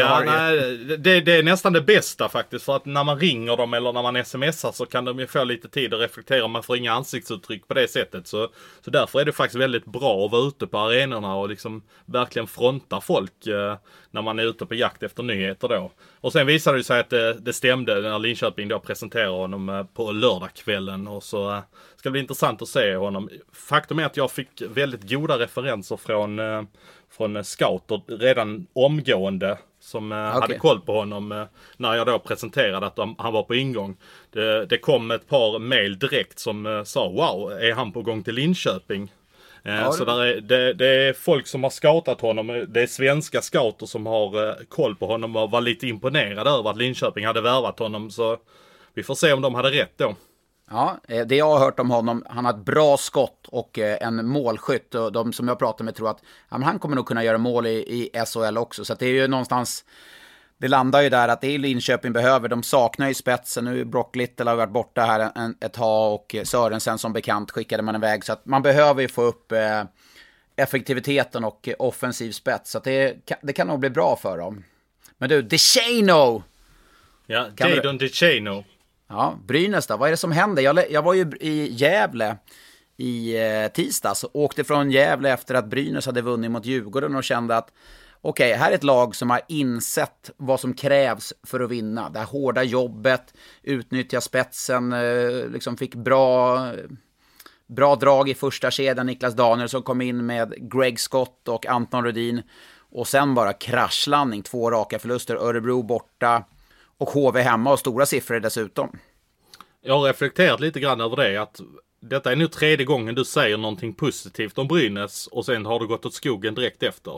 är nästan det bästa faktiskt, för att när man ringer dem eller när man smsar så kan de ju få lite tid att reflektera. Man får inga ansiktsuttryck på det sättet, så därför är det faktiskt väldigt bra att vara ute på arenorna och liksom verkligen fronta folk när man är ute på jakt efter nyheter då. Och sen visade det sig att det stämde när Linköping då presenterade honom på lördagskvällen, och så ska det bli intressant att se honom. Faktum är att jag fick väldigt goda referenser från scouter redan omgående som hade koll på honom när jag då presenterade att han var på ingång. Det kom ett par mejl direkt som sa wow, är han på gång till Linköping? Så det är folk som har scoutat honom. Det är svenska scouter som har koll på honom och var lite imponerade över att Linköping hade värvat honom. Så vi får se om de hade rätt då. Ja, det jag har hört om honom, han har ett bra skott och en målskytt, och de som jag pratar med tror att han kommer nog kunna göra mål i SHL också, så att det är ju någonstans, det landar ju där att det är Linköping behöver, de saknar ju spetsen, nu Brock Little har varit borta här ett tag och Sörensen som bekant skickade man iväg, så att man behöver ju få upp effektiviteten och offensiv spets, så att det kan nog bli bra för dem. Men du, DeChano! Ja, Jadon DeChano. Ja, Brynäs då, vad är det som händer? Jag var ju i Gävle i tisdags och åkte från Gävle efter att Brynäs hade vunnit mot Djurgården och kände att okej, här är ett lag som har insett vad som krävs för att vinna. Det här hårda jobbet, utnyttja spetsen, liksom fick bra drag i första kedjan. Niklas Daniel som kom in med Greg Scott och Anton Rudin, och sen bara kraschlandning, 2 raka förluster, Örebro borta och HV hemma och stora siffror dessutom. Jag har reflekterat lite grann över det, att detta är nu 3:e gången du säger någonting positivt om Brynäs och sen har det gått åt skogen direkt efter.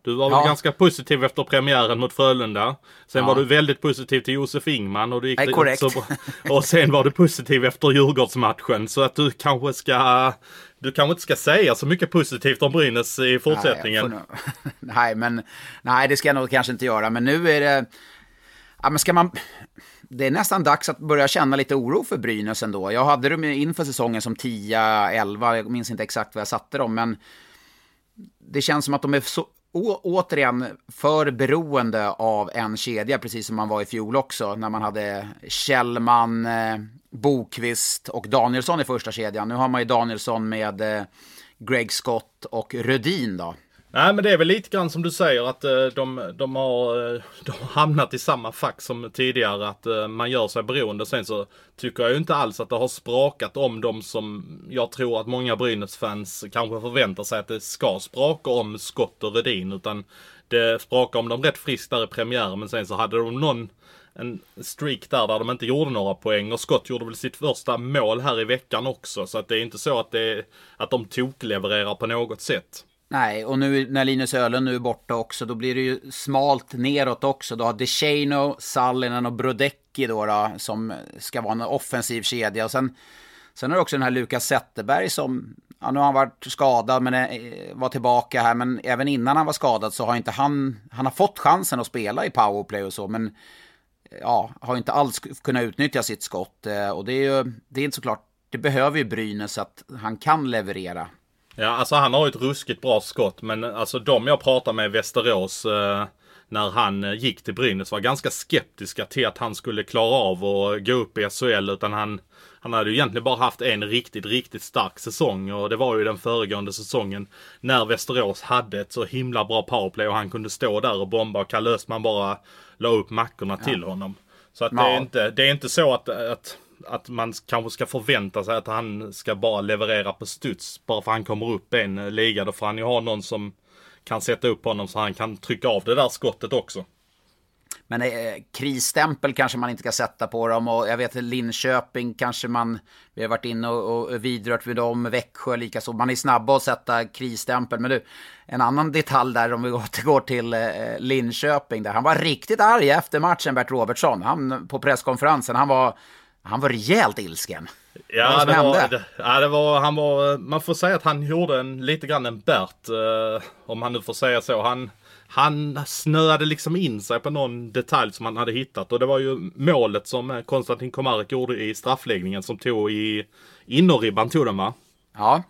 Du var väl ganska positiv efter premiären mot Frölunda. Sen var du väldigt positiv till Josef Ingman och du gick det korrekt. så bra. Och sen var du positiv efter Djurgårdsmatchen. Så att du kanske inte ska säga så mycket positivt om Brynäs i fortsättningen. Nej, det ska jag nog kanske inte göra. Men nu är det... Ja, men det är nästan dags att börja känna lite oro för Brynäs ändå. Jag hade dem inför säsongen som 10-11. Jag minns inte exakt vad jag satte dem. Men det känns som att de är så återigen för beroende av en kedja. Precis som man var i fjol också. När man hade Kjellman, Bokvist och Danielsson i första kedjan. Nu har man ju Danielsson med Greg Scott och Rödin då. Nej, men det är väl lite grann som du säger att de har hamnat i samma fack som tidigare, att man gör sig beroende. Sen så tycker jag ju inte alls att det har sprakat om dem som jag tror att många Brynäs-fans kanske förväntar sig att det ska spraka om Scott och Rödin, utan det sprakar om dem rätt friskt där i premiären, men sen så hade de en streak där de inte gjorde några poäng, och Scott gjorde väl sitt första mål här i veckan också, så att det är inte så att de toklevererar på något sätt. Nej, och nu när Linus Öhlund nu är borta också, då blir det ju smalt neråt också. Då har DeShano, Sallinen och Brodecki då, som ska vara en offensiv kedja. Och sen är det också den här Lukas Zetterberg som, ja, nu har han varit skadad men var tillbaka här. Men även innan han var skadad så har inte han har fått chansen att spela i powerplay och så. Men ja, har inte alls kunnat utnyttja sitt skott. Och det är inte såklart, det behöver ju Brynäs att han kan leverera. Ja, alltså han har ju ett ruskigt bra skott, men alltså de jag pratade med i Västerås när han gick till Brynäs var ganska skeptiska till att han skulle klara av att gå upp i SHL, utan han hade ju egentligen bara haft en riktigt, riktigt stark säsong, och det var ju den föregående säsongen när Västerås hade ett så himla bra powerplay och han kunde stå där och bomba och Kalle Östman bara la upp mackorna till honom. Så att det är inte så att man kanske ska förvänta sig att han ska bara leverera på studs bara för han kommer upp i en liga. Då får han ju ha någon som kan sätta upp honom så han kan trycka av det där skottet också. Men krisstämpel kanske man inte ska sätta på dem, och jag vet Linköping kanske vi har varit inne och vidrört vid dem, Växjö likaså. Man är snabba att sätta krisstämpel. Men du, en annan detalj där, om vi går till Linköping där. Han var riktigt arg efter matchen, Bert Robertsson. Han på presskonferensen, han var rejält ilsken. Ja, man får säga att han gjorde lite grann en Bert, om han nu får säga så. Han snöade liksom in sig på någon detalj som han hade hittat. Och det var ju målet som Konstantin Komarek gjorde i straffläggningen som tog i innerribban, tog den, va? Ja.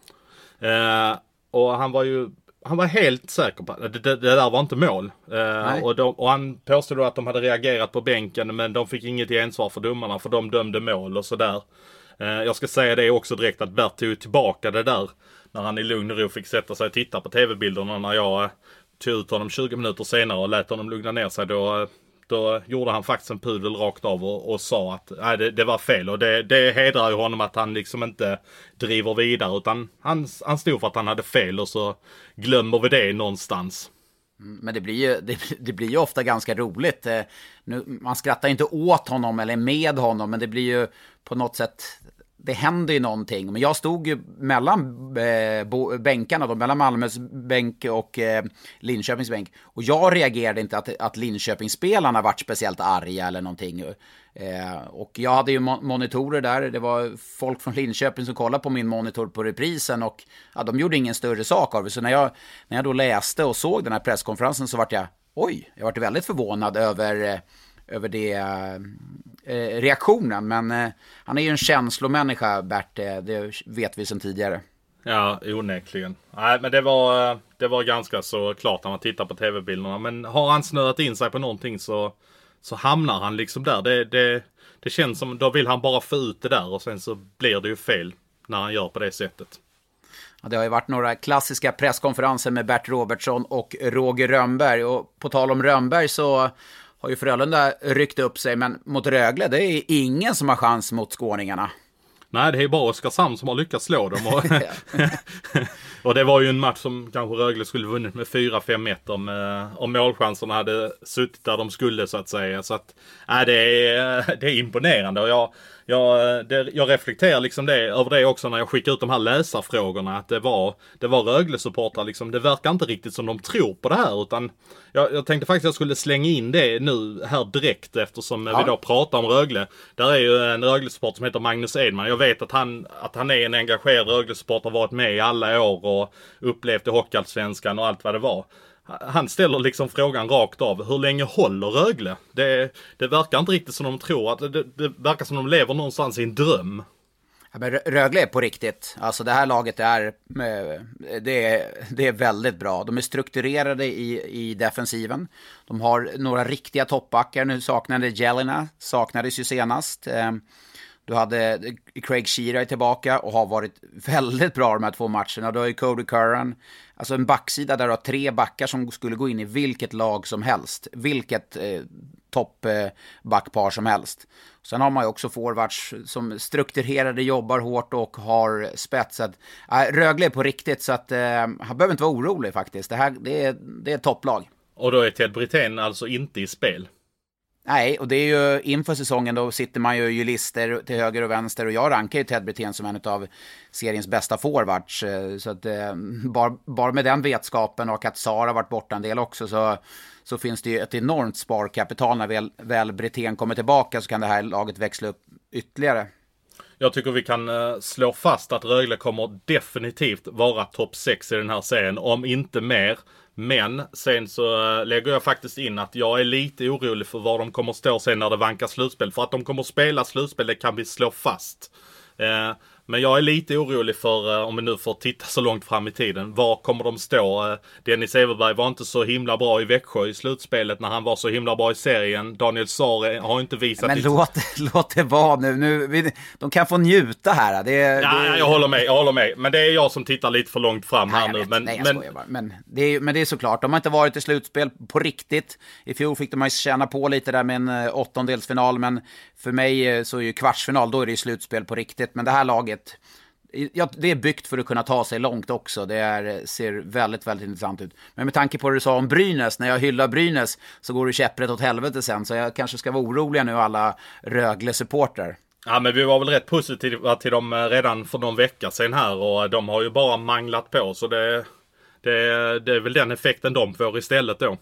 Och han var helt säker på att det där var inte mål. Och han påstod då att de hade reagerat på bänken, men de fick inget gensvar för domarna, för de dömde mål och sådär. Jag ska säga det också direkt att Bert tog tillbaka det där när han i lugn och ro fick sätta sig och titta på tv-bilderna när jag tog ut honom 20 minuter senare och lät honom lugna ner sig. Då gjorde han faktiskt en pudel rakt av och sa att nej, det var fel. Och det hedrar ju honom att han liksom inte driver vidare, utan han stod för att han hade fel, och så glömmer vi det någonstans. Men det blir ju ofta ganska roligt. Man skrattar inte åt honom eller med honom, men det blir ju på något sätt, det händer ju någonting. Men jag stod ju mellan bänkarna då, mellan Malmös bänk och Linköpings bänk. Och jag reagerade inte att Linköpingsspelarna varit speciellt arga eller någonting. Och jag hade ju monitorer där. Det var folk från Linköping som kollade på min monitor på reprisen, och ja, de gjorde ingen större sak av det. Så när jag då läste och såg den här presskonferensen så vart jag vart väldigt förvånad över det reaktionen. Men han är ju en känslomänniska, Bert, det vet vi sedan tidigare. Ja, onekligen. Nej, men det var ganska så klart när man tittar på tv-bilderna. Men har han snöat in sig på någonting så hamnar han liksom där. Det känns som då vill han bara få ut det där, och sen så blir det ju fel när han gör på det sättet. Ja, det har ju varit några klassiska presskonferenser med Bert Robertsson och Roger Rönnberg. Och på tal om Rönnberg så har ju Frölunda ryckt upp sig, men mot Rögle, det är ingen som har chans mot skåningarna. Nej, det är bara Oskarshamn som har lyckats slå dem. Och det var ju en match som kanske Rögle skulle vunnit med 4-5-1 om målchanserna hade suttit där de skulle, så att säga. Så att det är imponerande. Och Jag reflekterar liksom över det också när jag skickar ut de här läsarfrågorna. Att det var Rögle-supportrar liksom. Det verkar inte riktigt som de tror på det här. Utan jag tänkte faktiskt att jag skulle slänga in det nu här direkt. Eftersom vi då pratar om Rögle. Där är ju en Rögle-supporter som heter Magnus Edman. Jag vet att han är en engagerad Rögle-supporter. Varit med i alla år och upplevt i Hockeyallsvenskan och allt vad det var. Han ställer liksom frågan rakt av. Hur länge håller Rögle? Det verkar inte riktigt som de tror. Att det verkar som de lever någonstans i en dröm. Ja, men Rögle är på riktigt. Alltså det här laget det är väldigt bra. De är strukturerade i defensiven. De har några riktiga toppbackar. Nu saknade Jelena. Saknades ju senast. Du hade Craig Shearer tillbaka och har varit väldigt bra de här 2 matcherna. Du har ju Cody Curran. Alltså en backsida där du har 3 backar som skulle gå in i vilket lag som helst. Vilket toppbackpar som helst. Sen har man ju också forwards som strukturerade, jobbar hårt och har spetsat. Rögle är på riktigt så att han behöver inte vara orolig faktiskt. Det är ett topplag. Och då är Ted Brithén alltså inte i spel? Nej, och det är ju inför säsongen då sitter man ju lister till höger och vänster och jag rankar ju Ted Brithén som en av seriens bästa forwards. Så att bara med den vetskapen och att Sara har varit borta en del också så finns det ju ett enormt sparkapital när väl Brithén kommer tillbaka, så kan det här laget växla upp ytterligare. Jag tycker vi kan slå fast att Rögle kommer definitivt vara topp 6 i den här serien, om inte mer. Men sen så lägger jag faktiskt in att jag är lite orolig för var de kommer stå sen när det vankar slutspel. För att de kommer spela slutspel, det kan vi slå fast. Men jag är lite orolig för, om vi nu får titta så långt fram i tiden, var kommer de stå? Dennis Everberg var inte så himla bra i Växjö i slutspelet när han var så himla bra i serien. Daniel Saar har inte visat... Men låt det vara nu. De kan få njuta här. Jag håller med. Men det är jag som tittar lite för långt fram här nu. Jag skojar bara. Men det är såklart, de har inte varit i slutspel på riktigt. I fjol fick de känna på lite där med en 8-delsfinal, men för mig så är ju kvartsfinal, då är det ju slutspel på riktigt. Men det här laget, det är byggt för att kunna ta sig långt också. Det ser väldigt, väldigt intressant ut. Men med tanke på det du sa om Brynäs, när jag hyllar Brynäs så går det käpprätt åt helvete sen. Så jag kanske ska vara oroliga nu, alla Rögle-supportrar. Ja, men vi var väl rätt positiva till dem redan för någon vecka sedan här. Och de har ju bara manglat på. Så det är väl den effekten de får istället då.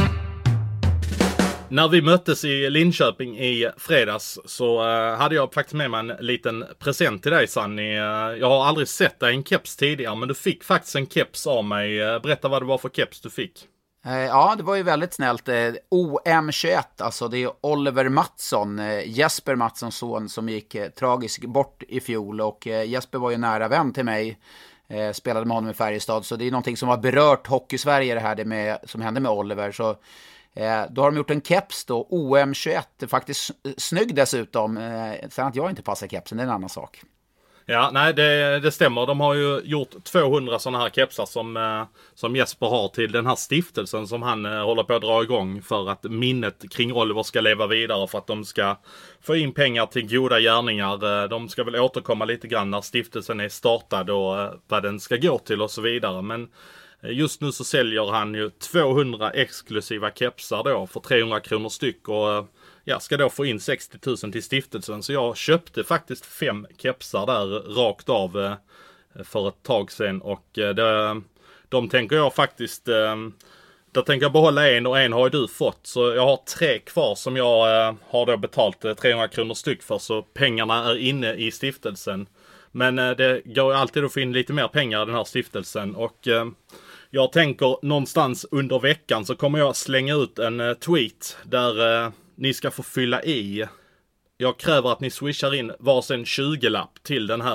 När vi möttes i Linköping i fredags så hade jag faktiskt med mig en liten present till dig, Sanny. Jag har aldrig sett dig i en keps tidigare, men du fick faktiskt en keps av mig. Berätta vad det var för keps du fick. Ja, det var ju väldigt snällt. OM21, alltså det är Oliver Mattsson, Jesper Mattssons son, som gick tragiskt bort i fjol. Och Jesper var ju nära vän till mig. Spelade med honom i Färjestad, så det är någonting som har berört Hockey-Sverige, det här som hände med Oliver. Så då har de gjort en keps då, OM21, faktiskt snygg dessutom. Sen att jag inte passar kepsen, det är en annan sak. Ja, nej det stämmer. De har ju gjort 200 sådana här kepsar som Jesper har till den här stiftelsen som han håller på att dra igång för att minnet kring Oliver ska leva vidare, för att de ska få in pengar till goda gärningar. De ska väl återkomma lite grann när stiftelsen är startad och vad den ska gå till och så vidare. Men just nu så säljer han ju 200 exklusiva kepsar då för 300 kronor styck och ska då få in 60 000 till stiftelsen. Så jag köpte faktiskt 5 kepsar där rakt av för ett tag sedan. Och de tänker jag faktiskt, där tänker jag behålla en, och en har ju du fått. Så jag har 3 kvar som jag har då betalt 300 kronor styck för, så pengarna är inne i stiftelsen. Men det går ju alltid att få in lite mer pengar i den här stiftelsen. Och jag tänker någonstans under veckan så kommer jag slänga ut en tweet där ni ska få fylla i. Jag kräver att ni swishar in varsin 20-lapp till den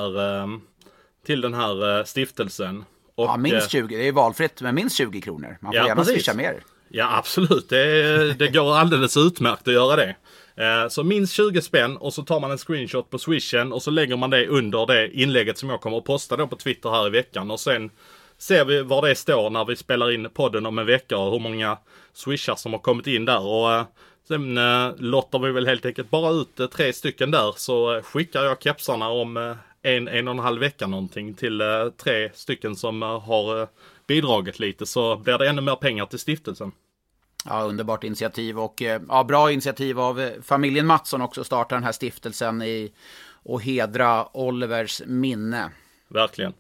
här stiftelsen. Och, ja, minst 20. Det är valfritt med minst 20 kronor. Man får gärna swisha mer. Ja, absolut. Det går alldeles utmärkt att göra det. Så minst 20 spänn, och så tar man en screenshot på swishen och så lägger man det under det inlägget som jag kommer att posta då på Twitter här i veckan. Och sen ser vi var det står när vi spelar in podden om en vecka och hur många swishar som har kommit in där. Och sen lottar vi väl helt enkelt bara ut 3 stycken där, så skickar jag kepsarna om en och en halv vecka någonting till 3 stycken som har bidragit lite, så blir det ännu mer pengar till stiftelsen. Ja, underbart initiativ och bra initiativ av familjen Mattsson också, starta den här stiftelsen och hedra Olivers minne. Verkligen.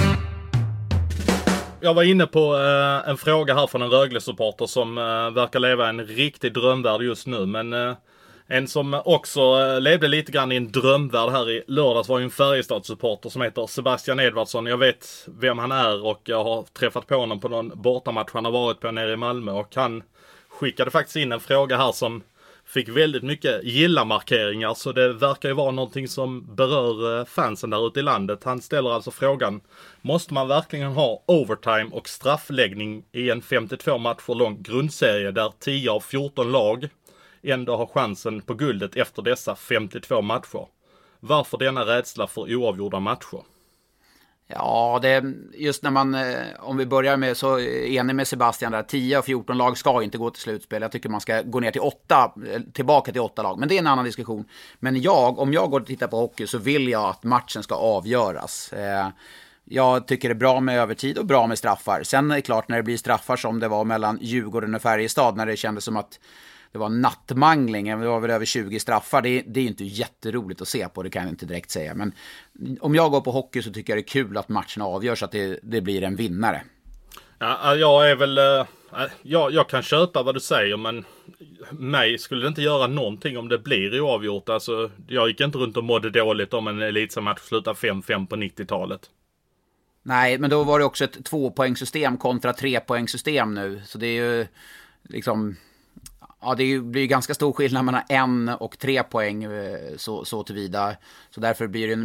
Jag var inne på en fråga här från en Rögle-supporter som verkar leva en riktig drömvärld just nu. Men en som också levde lite grann i en drömvärld här i lördags var ju en Färjestad-supporter som heter Sebastian Edvardsson. Jag vet vem han är och jag har träffat på honom på någon bortamatch han har varit på nere i Malmö. Och han skickade faktiskt in en fråga här som fick väldigt mycket gilla-markeringar, så det verkar ju vara någonting som berör fansen där ute i landet. Han ställer alltså frågan: måste man verkligen ha overtime och straffläggning i en 52 matcher lång grundserie där 10 av 14 lag ändå har chansen på guldet efter dessa 52 matcher? Varför denna rädsla för oavgjorda matcher? Ja, det just när man, om vi börjar med, så enig med Sebastian där, 10 av 14 lag ska inte gå till slutspel. Jag tycker man ska gå ner till 8, tillbaka till 8 lag. Men det är en annan diskussion. Men om jag går och tittar på hockey så vill jag att matchen ska avgöras. Jag tycker det är bra med övertid och bra med straffar. Sen är det klart, när det blir straffar som det var mellan Djurgården och Färjestad, när det kändes som att det var nattmangling, det var väl över 20 straffar. Det är ju inte jätteroligt att se på, det kan jag inte direkt säga. Men om jag går på hockey så tycker jag det är kul att matchen avgörs, att det blir en vinnare. Ja, jag är väl... jag kan köpa vad du säger, men mig skulle det inte göra någonting om det blir oavgjort. Alltså, jag gick inte runt och mådde dåligt om en elitseriematch slutar 5-5 på 90-talet. Nej, men då var det också ett 2-poängssystem kontra 3-poängssystem nu. Så det är ju liksom... Ja, det blir ganska stor skillnad mellan 1 och 3 poäng så tillvida. Så därför blir det en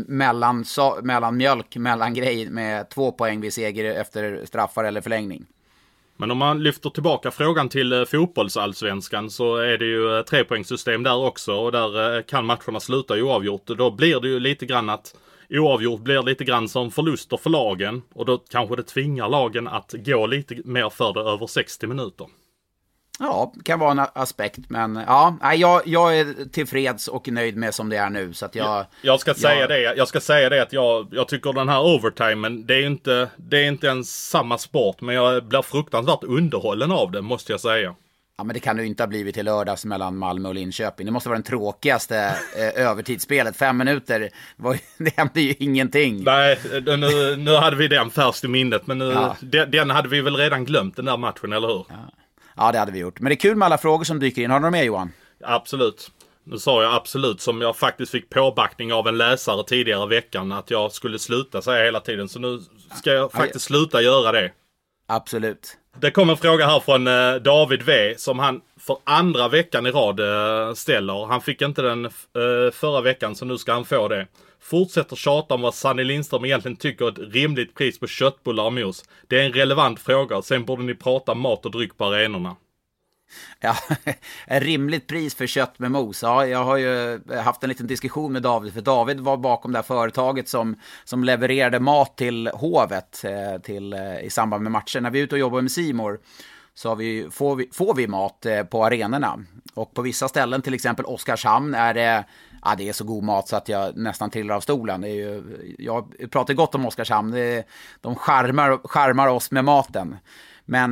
mellangrej med 2 poäng vid seger efter straffar eller förlängning. Men om man lyfter tillbaka frågan till fotbollsallsvenskan så är det ju 3-poängssystem där också. Och där kan matcherna sluta oavgjort. Då blir det ju lite grann att oavgjort blir lite grann som förluster för lagen. Och då kanske det tvingar lagen att gå lite mer för det över 60 minuter. Ja, kan vara en aspekt, men jag är tillfreds och nöjd med som det är nu, så att jag ska säga det att jag tycker den här overtimen, det är inte ens samma sport, men jag blir fruktansvärt underhållen av det, måste jag säga. Ja, men det kan ju inte ha blivit till lördags mellan Malmö och Linköping. Det måste vara den tråkigaste övertidsspelet. 5 minuter, det hände ju ingenting. Nej, nu hade vi den färskt i minnet, men den hade vi väl redan glömt, den där matchen, eller hur? Ja, det hade vi gjort. Men det är kul med alla frågor som dyker in. Har du något med, Johan? Absolut. Nu sa jag absolut, som jag faktiskt fick påbackning av en läsare tidigare veckan, att jag skulle sluta säga hela tiden. Så nu ska jag faktiskt sluta göra det. Absolut. Det kom en fråga här från David V, som han för andra veckan i rad ställer. Han fick inte den förra veckan, så nu ska han få det. Fortsätter tjata om vad Sanny Lindström egentligen tycker ett rimligt pris på köttbullar och mos. Det är en relevant fråga. Sen borde ni prata mat och dryck på arenorna. Ja, ett rimligt pris för kött med mos. Ja, jag har ju haft en liten diskussion med David. För David var bakom det här företaget som levererade mat till Hovet i samband med matchen. När vi är ute och jobbar med C More så får vi mat på arenorna. Och på vissa ställen, till exempel Oskarshamn, är det är så god mat så att jag nästan trillar av stolen. Jag pratar gott om Oskarshamn. De charmar oss med maten. Men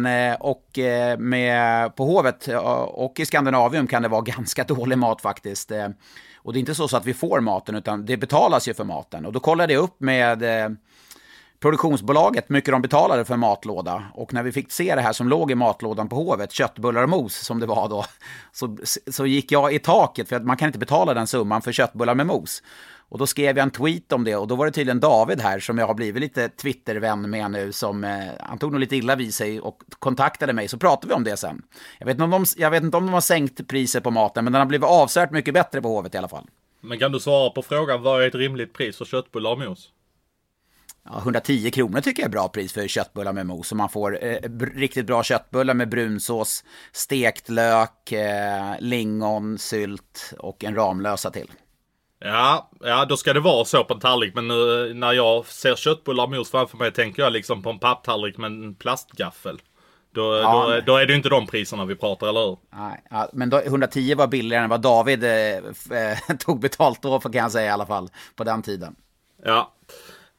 på Hovet och i Skandinavium kan det vara ganska dålig mat faktiskt. Och det är inte så att vi får maten, utan det betalas ju för maten. Och då kollade jag upp med produktionsbolaget mycket de betalade för matlåda. Och när vi fick se det här som låg i matlådan på Hovet, köttbullar och mos som det var då, så gick jag i taket, för att man kan inte betala den summan för köttbullar med mos. Och då skrev jag en tweet om det, och då var det tydligen David här som jag har blivit lite Twittervän med nu, som han tog nog lite illa vid sig och kontaktade mig, så pratade vi om det sen. Jag vet inte om de har sänkt priser på maten, men den har blivit avsevärt mycket bättre på Hovet i alla fall. Men kan du svara på frågan, vad är ett rimligt pris för köttbullar och mos? Ja, 110 kronor tycker jag är bra pris för köttbullar med mos. Så man får riktigt bra köttbullar med brunsås, stekt lök, lingon, sylt och en ramlösa till. Ja, då ska det vara så på en tallrik. Men när jag ser köttbullar och mos framför mig tänker jag liksom på en papptallrik med en plastgaffel. Då är det ju inte de priserna vi pratar, eller hur? Nej, men 110 var billigare än vad David tog betalt då, kan jag säga i alla fall, på den tiden. Ja.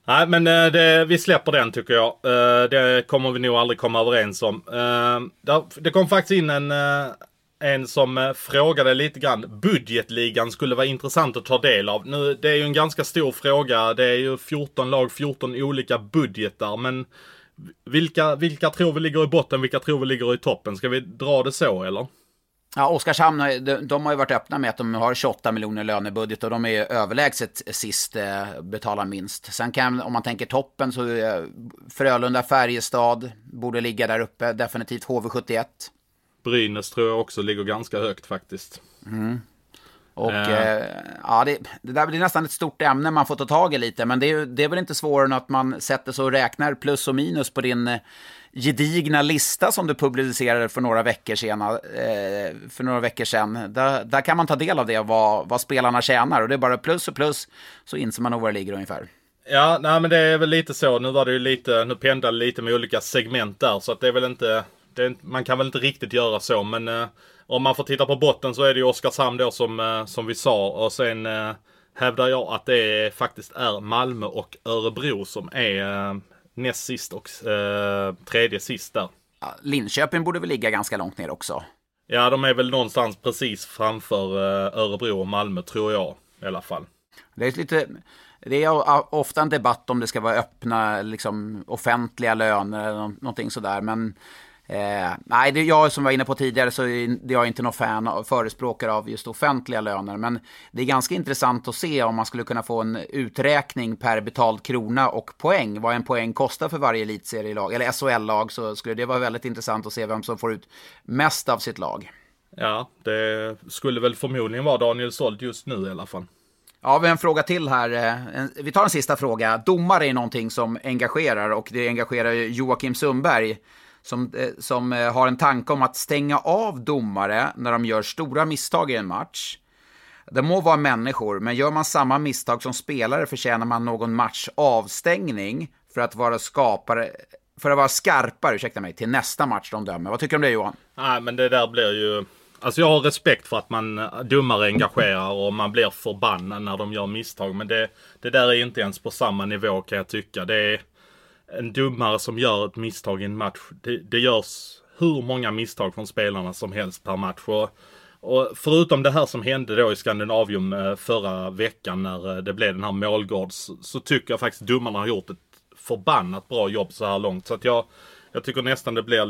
Nej, men vi släpper den tycker jag. Det kommer vi nog aldrig komma överens om. Det kom faktiskt in en som frågade lite grann. Budgetligan skulle vara intressant att ta del av. Nu, det är ju en ganska stor fråga. Det är ju 14 lag, 14 olika budgetar. Men vilka tror vi ligger i botten? Vilka tror vi ligger i toppen? Ska vi dra det så eller? Ja, Oskarshamn, de har ju varit öppna med att de har 28 miljoner lönebudget och de är ju överlägset sist betalar minst. Sen om man tänker toppen så Frölunda, Färjestad borde ligga där uppe, definitivt HV71. Brynäs tror jag också ligger ganska högt faktiskt. Mm. Och ja, det där blir nästan ett stort ämne man får ta tag i lite, men det är väl inte svårare än att man sätter sig och räknar plus och minus på din gedigna lista som du publicerade för några veckor sedan. Där kan man ta del av det, vad spelarna tjänar, och det är bara plus och plus, så inser man nog var det ligger ungefär. Ja, nej, men det är väl lite så. Nu var det ju nu pendlade lite med olika segment där, så att det är väl inte, man kan väl inte riktigt göra så, men om man får titta på botten så är det ju Oskarshamn då som vi sa, och sen hävdar jag att det faktiskt är Malmö och Örebro som är näst sist och tredje sist där. Ja, Linköping borde väl ligga ganska långt ner också. Ja, de är väl någonstans precis framför Örebro och Malmö tror jag i alla fall. Det är ofta en debatt om det ska vara öppna, liksom offentliga löner eller någonting sådär, men nej, det är jag som var inne på tidigare, så är jag inte någon fan och förespråkare av just offentliga löner, men det är ganska intressant att se om man skulle kunna få en uträkning per betald krona och poäng, vad en poäng kostar för varje elitserielag eller SHL-lag, så skulle det vara väldigt intressant att se vem som får ut mest av sitt lag. Ja, det skulle väl förmodligen vara Daniel Sold just nu i alla fall. Ja, vi har en fråga till här. Vi tar en sista fråga. Domare är någonting som engagerar, och det engagerar Joakim Sundberg som har en tanke om att stänga av domare när de gör stora misstag i en match. Det må vara människor, men gör man samma misstag som spelare förtjänar man någon match avstängning för att vara skarpare till nästa match de dömer. Vad tycker du om det, Johan? Nej, men det där blir ju... Alltså jag har respekt för att domare engagerar och man blir förbannad när de gör misstag, men det där är inte ens på samma nivå kan jag tycka. Det är en domare som gör ett misstag i en match. Det görs hur många misstag från spelarna som helst per match. Och förutom det här som hände då i Skandinavium förra veckan när det blev den här målgårds, så tycker jag faktiskt domarna har gjort ett förbannat bra jobb så här långt. Så att jag tycker nästan det blir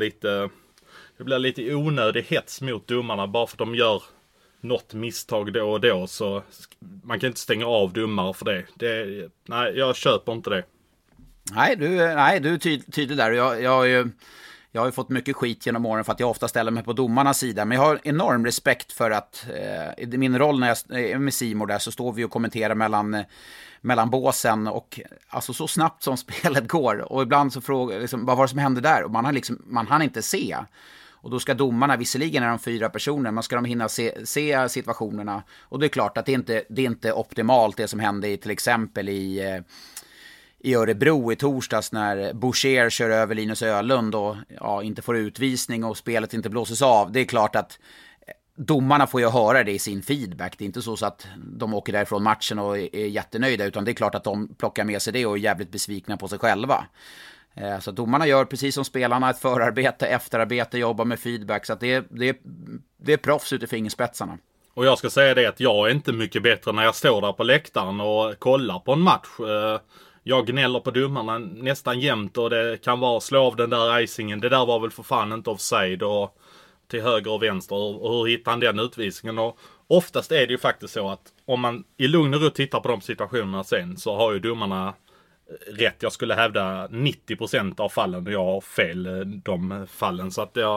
lite onödig hets mot domarna bara för att de gör något misstag då och då. Så man kan inte stänga av domare för det. Nej, jag köper inte det. Nej, du är tydlig där. Jag har ju fått mycket skit genom åren för att jag ofta ställer mig på domarnas sida. Men jag har enorm respekt för att i min roll när jag är med Simor där, så står vi och kommenterar mellan båsen, och alltså så snabbt som spelet går. Och ibland så frågar liksom, vad var det som hände där? Och man hann inte se. Och då ska domarna, visserligen är de 4 personer, men ska de hinna se situationerna. Och det är klart att det är inte optimalt det som hände till exempel i Örebro i torsdags när Boucher kör över Linus Ölund och inte får utvisning och spelet inte blåses av. Det är klart att domarna får ju höra det i sin feedback. Det är inte så att de åker därifrån matchen och är jättenöjda, utan det är klart att de plockar med sig det och är jävligt besvikna på sig själva. Så domarna gör precis som spelarna ett förarbete, efterarbete, jobbar med feedback. Så att det är proffs ut i fingerspetsarna. Och jag ska säga det att jag är inte mycket bättre när jag står där på läktaren och kollar på en match. Jag gnäller på domarna nästan jämt, och det kan vara slå av den där icingen. Det där var väl för fan inte offside, och till höger och vänster. Och hur hittar han den utvisningen? Och oftast är det ju faktiskt så att om man i lugn och ro tittar på de situationerna sen, så har ju domarna rätt. Jag skulle hävda 90% av fallen, och jag har fel de fallen. Så att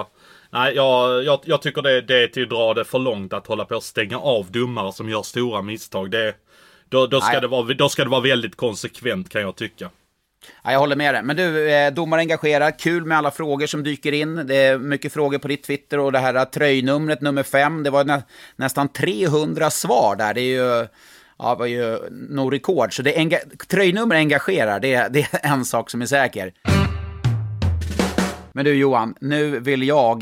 jag tycker det är till att dra det för långt att hålla på att stänga av domare som gör stora misstag. Då ska det vara väldigt konsekvent, kan jag tycka. Ja, jag håller med dig. Men du, domare engagerar. Kul med alla frågor som dyker in. Det är mycket frågor på ditt Twitter, och det här tröjnumret nummer 5. Det var nästan 300 svar där. Det är ju... Ja, det var ju nog rekord. Så tröjnummer engagerar, det är en sak som är säker. Men du Johan, nu vill jag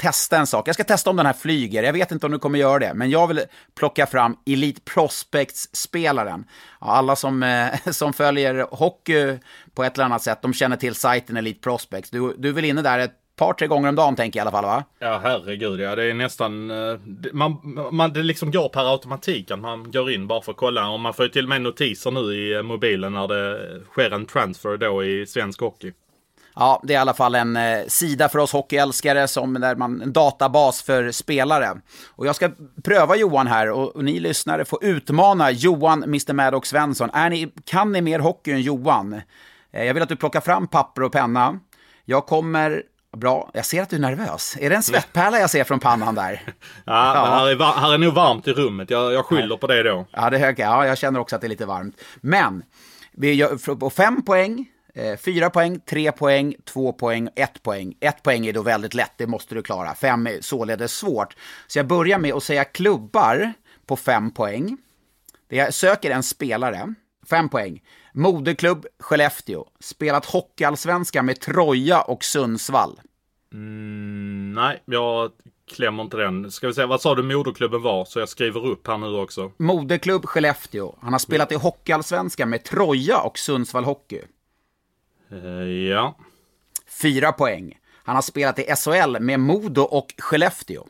testa en sak. Jag ska testa om den här flyger. Jag vet inte om du kommer göra det, men jag vill plocka fram Elite Prospects-spelaren. Ja, alla som följer hockey på ett eller annat sätt, de känner till sajten Elite Prospects. Du är väl inne där ett par-tre gånger om dagen, tänker jag i alla fall, va? Ja, herregud, ja. Det är nästan... det liksom går per automatik att man går in bara för att kolla. Och man får ju till och med notiser nu i mobilen när det sker en transfer då i svensk hockey. Ja, det är i alla fall en sida för oss hockeyälskare, en databas för spelare. Och jag ska pröva Johan här, och ni lyssnare får utmana Johan, Mr. Maddox Svensson. Kan ni mer hockey än Johan? Jag vill att du plockar fram papper och penna. Jag kommer... Bra, jag ser att du är nervös. Är det en svettpärla jag ser från pannan där? Ja. Här är nog varmt i rummet. Jag skyller på det då. Ja, jag känner också att det är lite varmt. Men vi gör på 5 poäng, 4 poäng, 3 poäng, 2 poäng, 1 poäng. 1 poäng är då väldigt lätt, det måste du klara. 5 är således svårt. Så jag börjar med att säga klubbar på 5 poäng. Jag söker en spelare. 5 poäng. Moderklubb Skellefteå. Spelat hockeyallsvenska med Troja och Sundsvall. Nej, jag klämmer inte den. Ska vi se, vad sa du moderklubben var? Så jag skriver upp här nu också. Moderklubb Skellefteå. Han har spelat i hockeyallsvenska med Troja och Sundsvall Hockey. Ja. 4 poäng. Han har spelat i SHL med Modo och Skellefteå.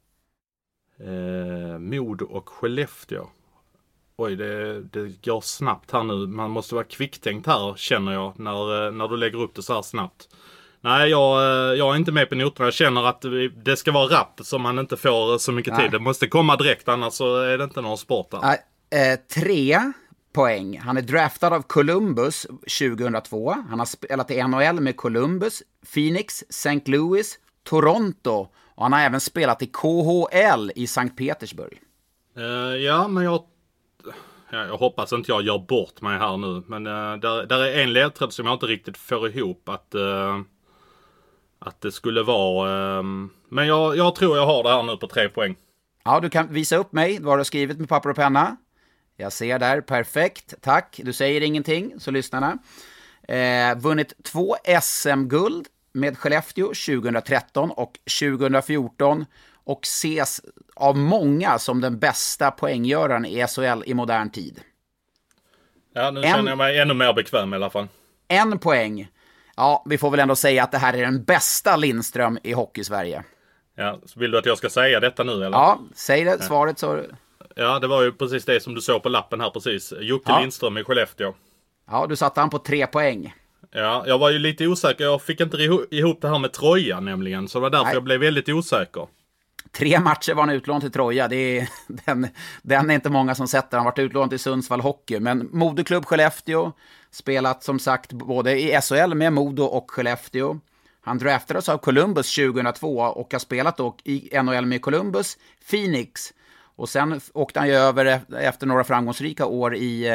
Modo och Skellefteå. Oj, det går snabbt här nu. Man måste vara kvicktänkt här, känner jag, när du lägger upp det så här snabbt. Nej, jag är inte med på noterna. Jag känner att det ska vara rappt så man inte får så mycket tid. Det måste komma direkt, annars så är det inte någon sport här. 3 poäng. Han är draftad av Columbus 2002. Han har spelat i NHL med Columbus, Phoenix, St. Louis, Toronto. Och han har även spelat i KHL i Sankt Petersburg. Ja, men jag hoppas inte jag gör bort mig här nu. Men där är en ledtråd som jag inte riktigt får ihop att det skulle vara... men jag tror jag har det här nu på 3 poäng. Ja, du kan visa upp mig vad du har skrivit med papper och penna. Jag ser där, perfekt, tack. Du säger ingenting, så lyssnarna. Vunnit 2 SM-guld med Skellefteå 2013 och 2014 och ses av många som den bästa poänggöraren i SHL i modern tid. Ja, nu känner jag mig ännu mer bekväm i alla fall. 1 poäng. Ja, vi får väl ändå säga att det här är den bästa Lindström i hockey-Sverige. Ja, så vill du att jag ska säga detta nu, eller? Ja, säg det, svaret så... Ja, det var ju precis det som du såg på lappen här precis. Jocke Lindström i Skellefteå. Ja, du satte han på 3 poäng. Ja, jag var ju lite osäker. Jag fick inte ihop det här med Troja nämligen. Så det var därför jag blev väldigt osäker. 3 matcher var han utlån till Troja. Den är inte många som sätter. Han har varit utlån till Sundsvall Hockey. Men moderklubb Skellefteå. Spelat som sagt både i SHL med Modo och Skellefteå. Han draftades av Columbus 2002 och har spelat då i NHL med Columbus, Phoenix. Och sen åkte han ju över efter några framgångsrika år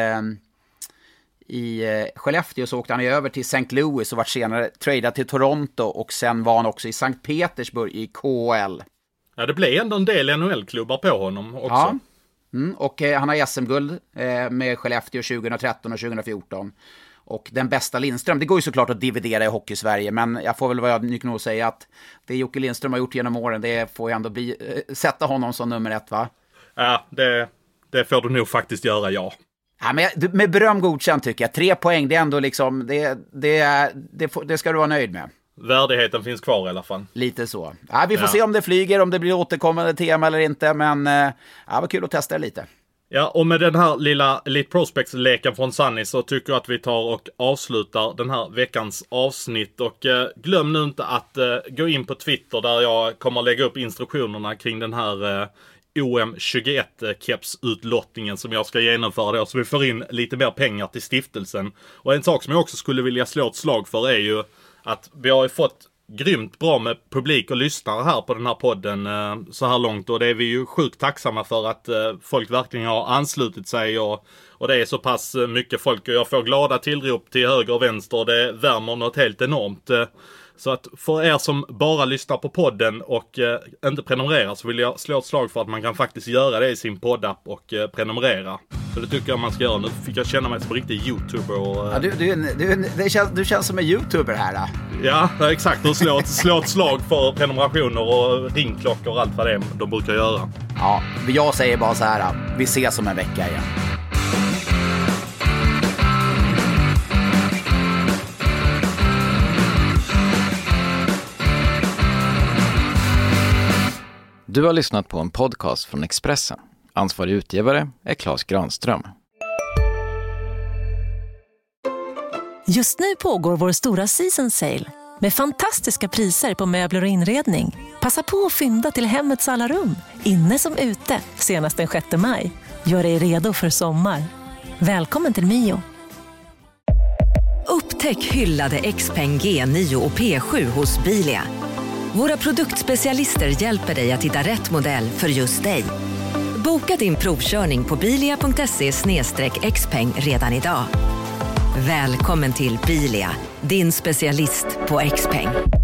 i Skellefteå, så åkte han ju över till St. Louis och var senare tradad till Toronto, och sen var han också i Sankt Petersburg i KHL. Ja, det blev ändå en del NHL-klubbar på honom också. Ja, och han har SM-guld med Skellefteå 2013 och 2014. Och den bästa Lindström, det går ju såklart att dividera i Hockey-Sverige, men jag får väl vara ödmjuk nog säga att det Jocke Lindström har gjort genom åren, det får ju ändå sätta honom som nummer 1, va? Ja, det får du nog faktiskt göra, ja. Ja, men med beröm godkänt tycker jag. 3 poäng, det är ändå liksom, det ska du vara nöjd med. Värdigheten finns kvar i alla fall. Lite så. Ja, vi får se om det flyger, om det blir återkommande tema eller inte, men vad kul att testa det lite. Ja, och med den här lilla Elite Prospects-leken från Sunny så tycker jag att vi tar och avslutar den här veckans avsnitt. Och glöm nu inte att gå in på Twitter där jag kommer lägga upp instruktionerna kring den här OM21-kepsutlottningen som jag ska genomföra då, så vi får in lite mer pengar till stiftelsen. Och en sak som jag också skulle vilja slå ett slag för är ju att vi har ju fått grymt bra med publik och lyssnare här på den här podden så här långt, och det är vi ju sjukt tacksamma för att folk verkligen har anslutit sig och det är så pass mycket folk, och jag får glada tillrop till höger och vänster och det värmer något helt enormt. Så att för er som bara lyssnar på podden och inte prenumererar, så vill jag slå ett slag för att man kan faktiskt göra det i sin poddapp och prenumerera. Så det tycker jag man ska göra. Nu fick jag känna mig som riktig YouTuber. Och, du känns som en YouTuber här då. Ja, exakt. Och slå ett slag för prenumerationer och ringklockor och allt vad det är de brukar göra. Ja, jag säger bara så här. Vi ses om en vecka igen. Du har lyssnat på en podcast från Expressen. Ansvarig utgivare är Claes Granström. Just nu pågår vår stora season sale med fantastiska priser på möbler och inredning. Passa på att fynda till hemmets alla rum, inne som ute, senast den 6 maj. Gör dig redo för sommar. Välkommen till Mio. Upptäck hyllade XPeng G9 och P7 hos Bilia. Våra produktspecialister hjälper dig att hitta rätt modell för just dig. Boka din provkörning på bilia.se/xpeng redan idag. Välkommen till Bilia, din specialist på XPeng.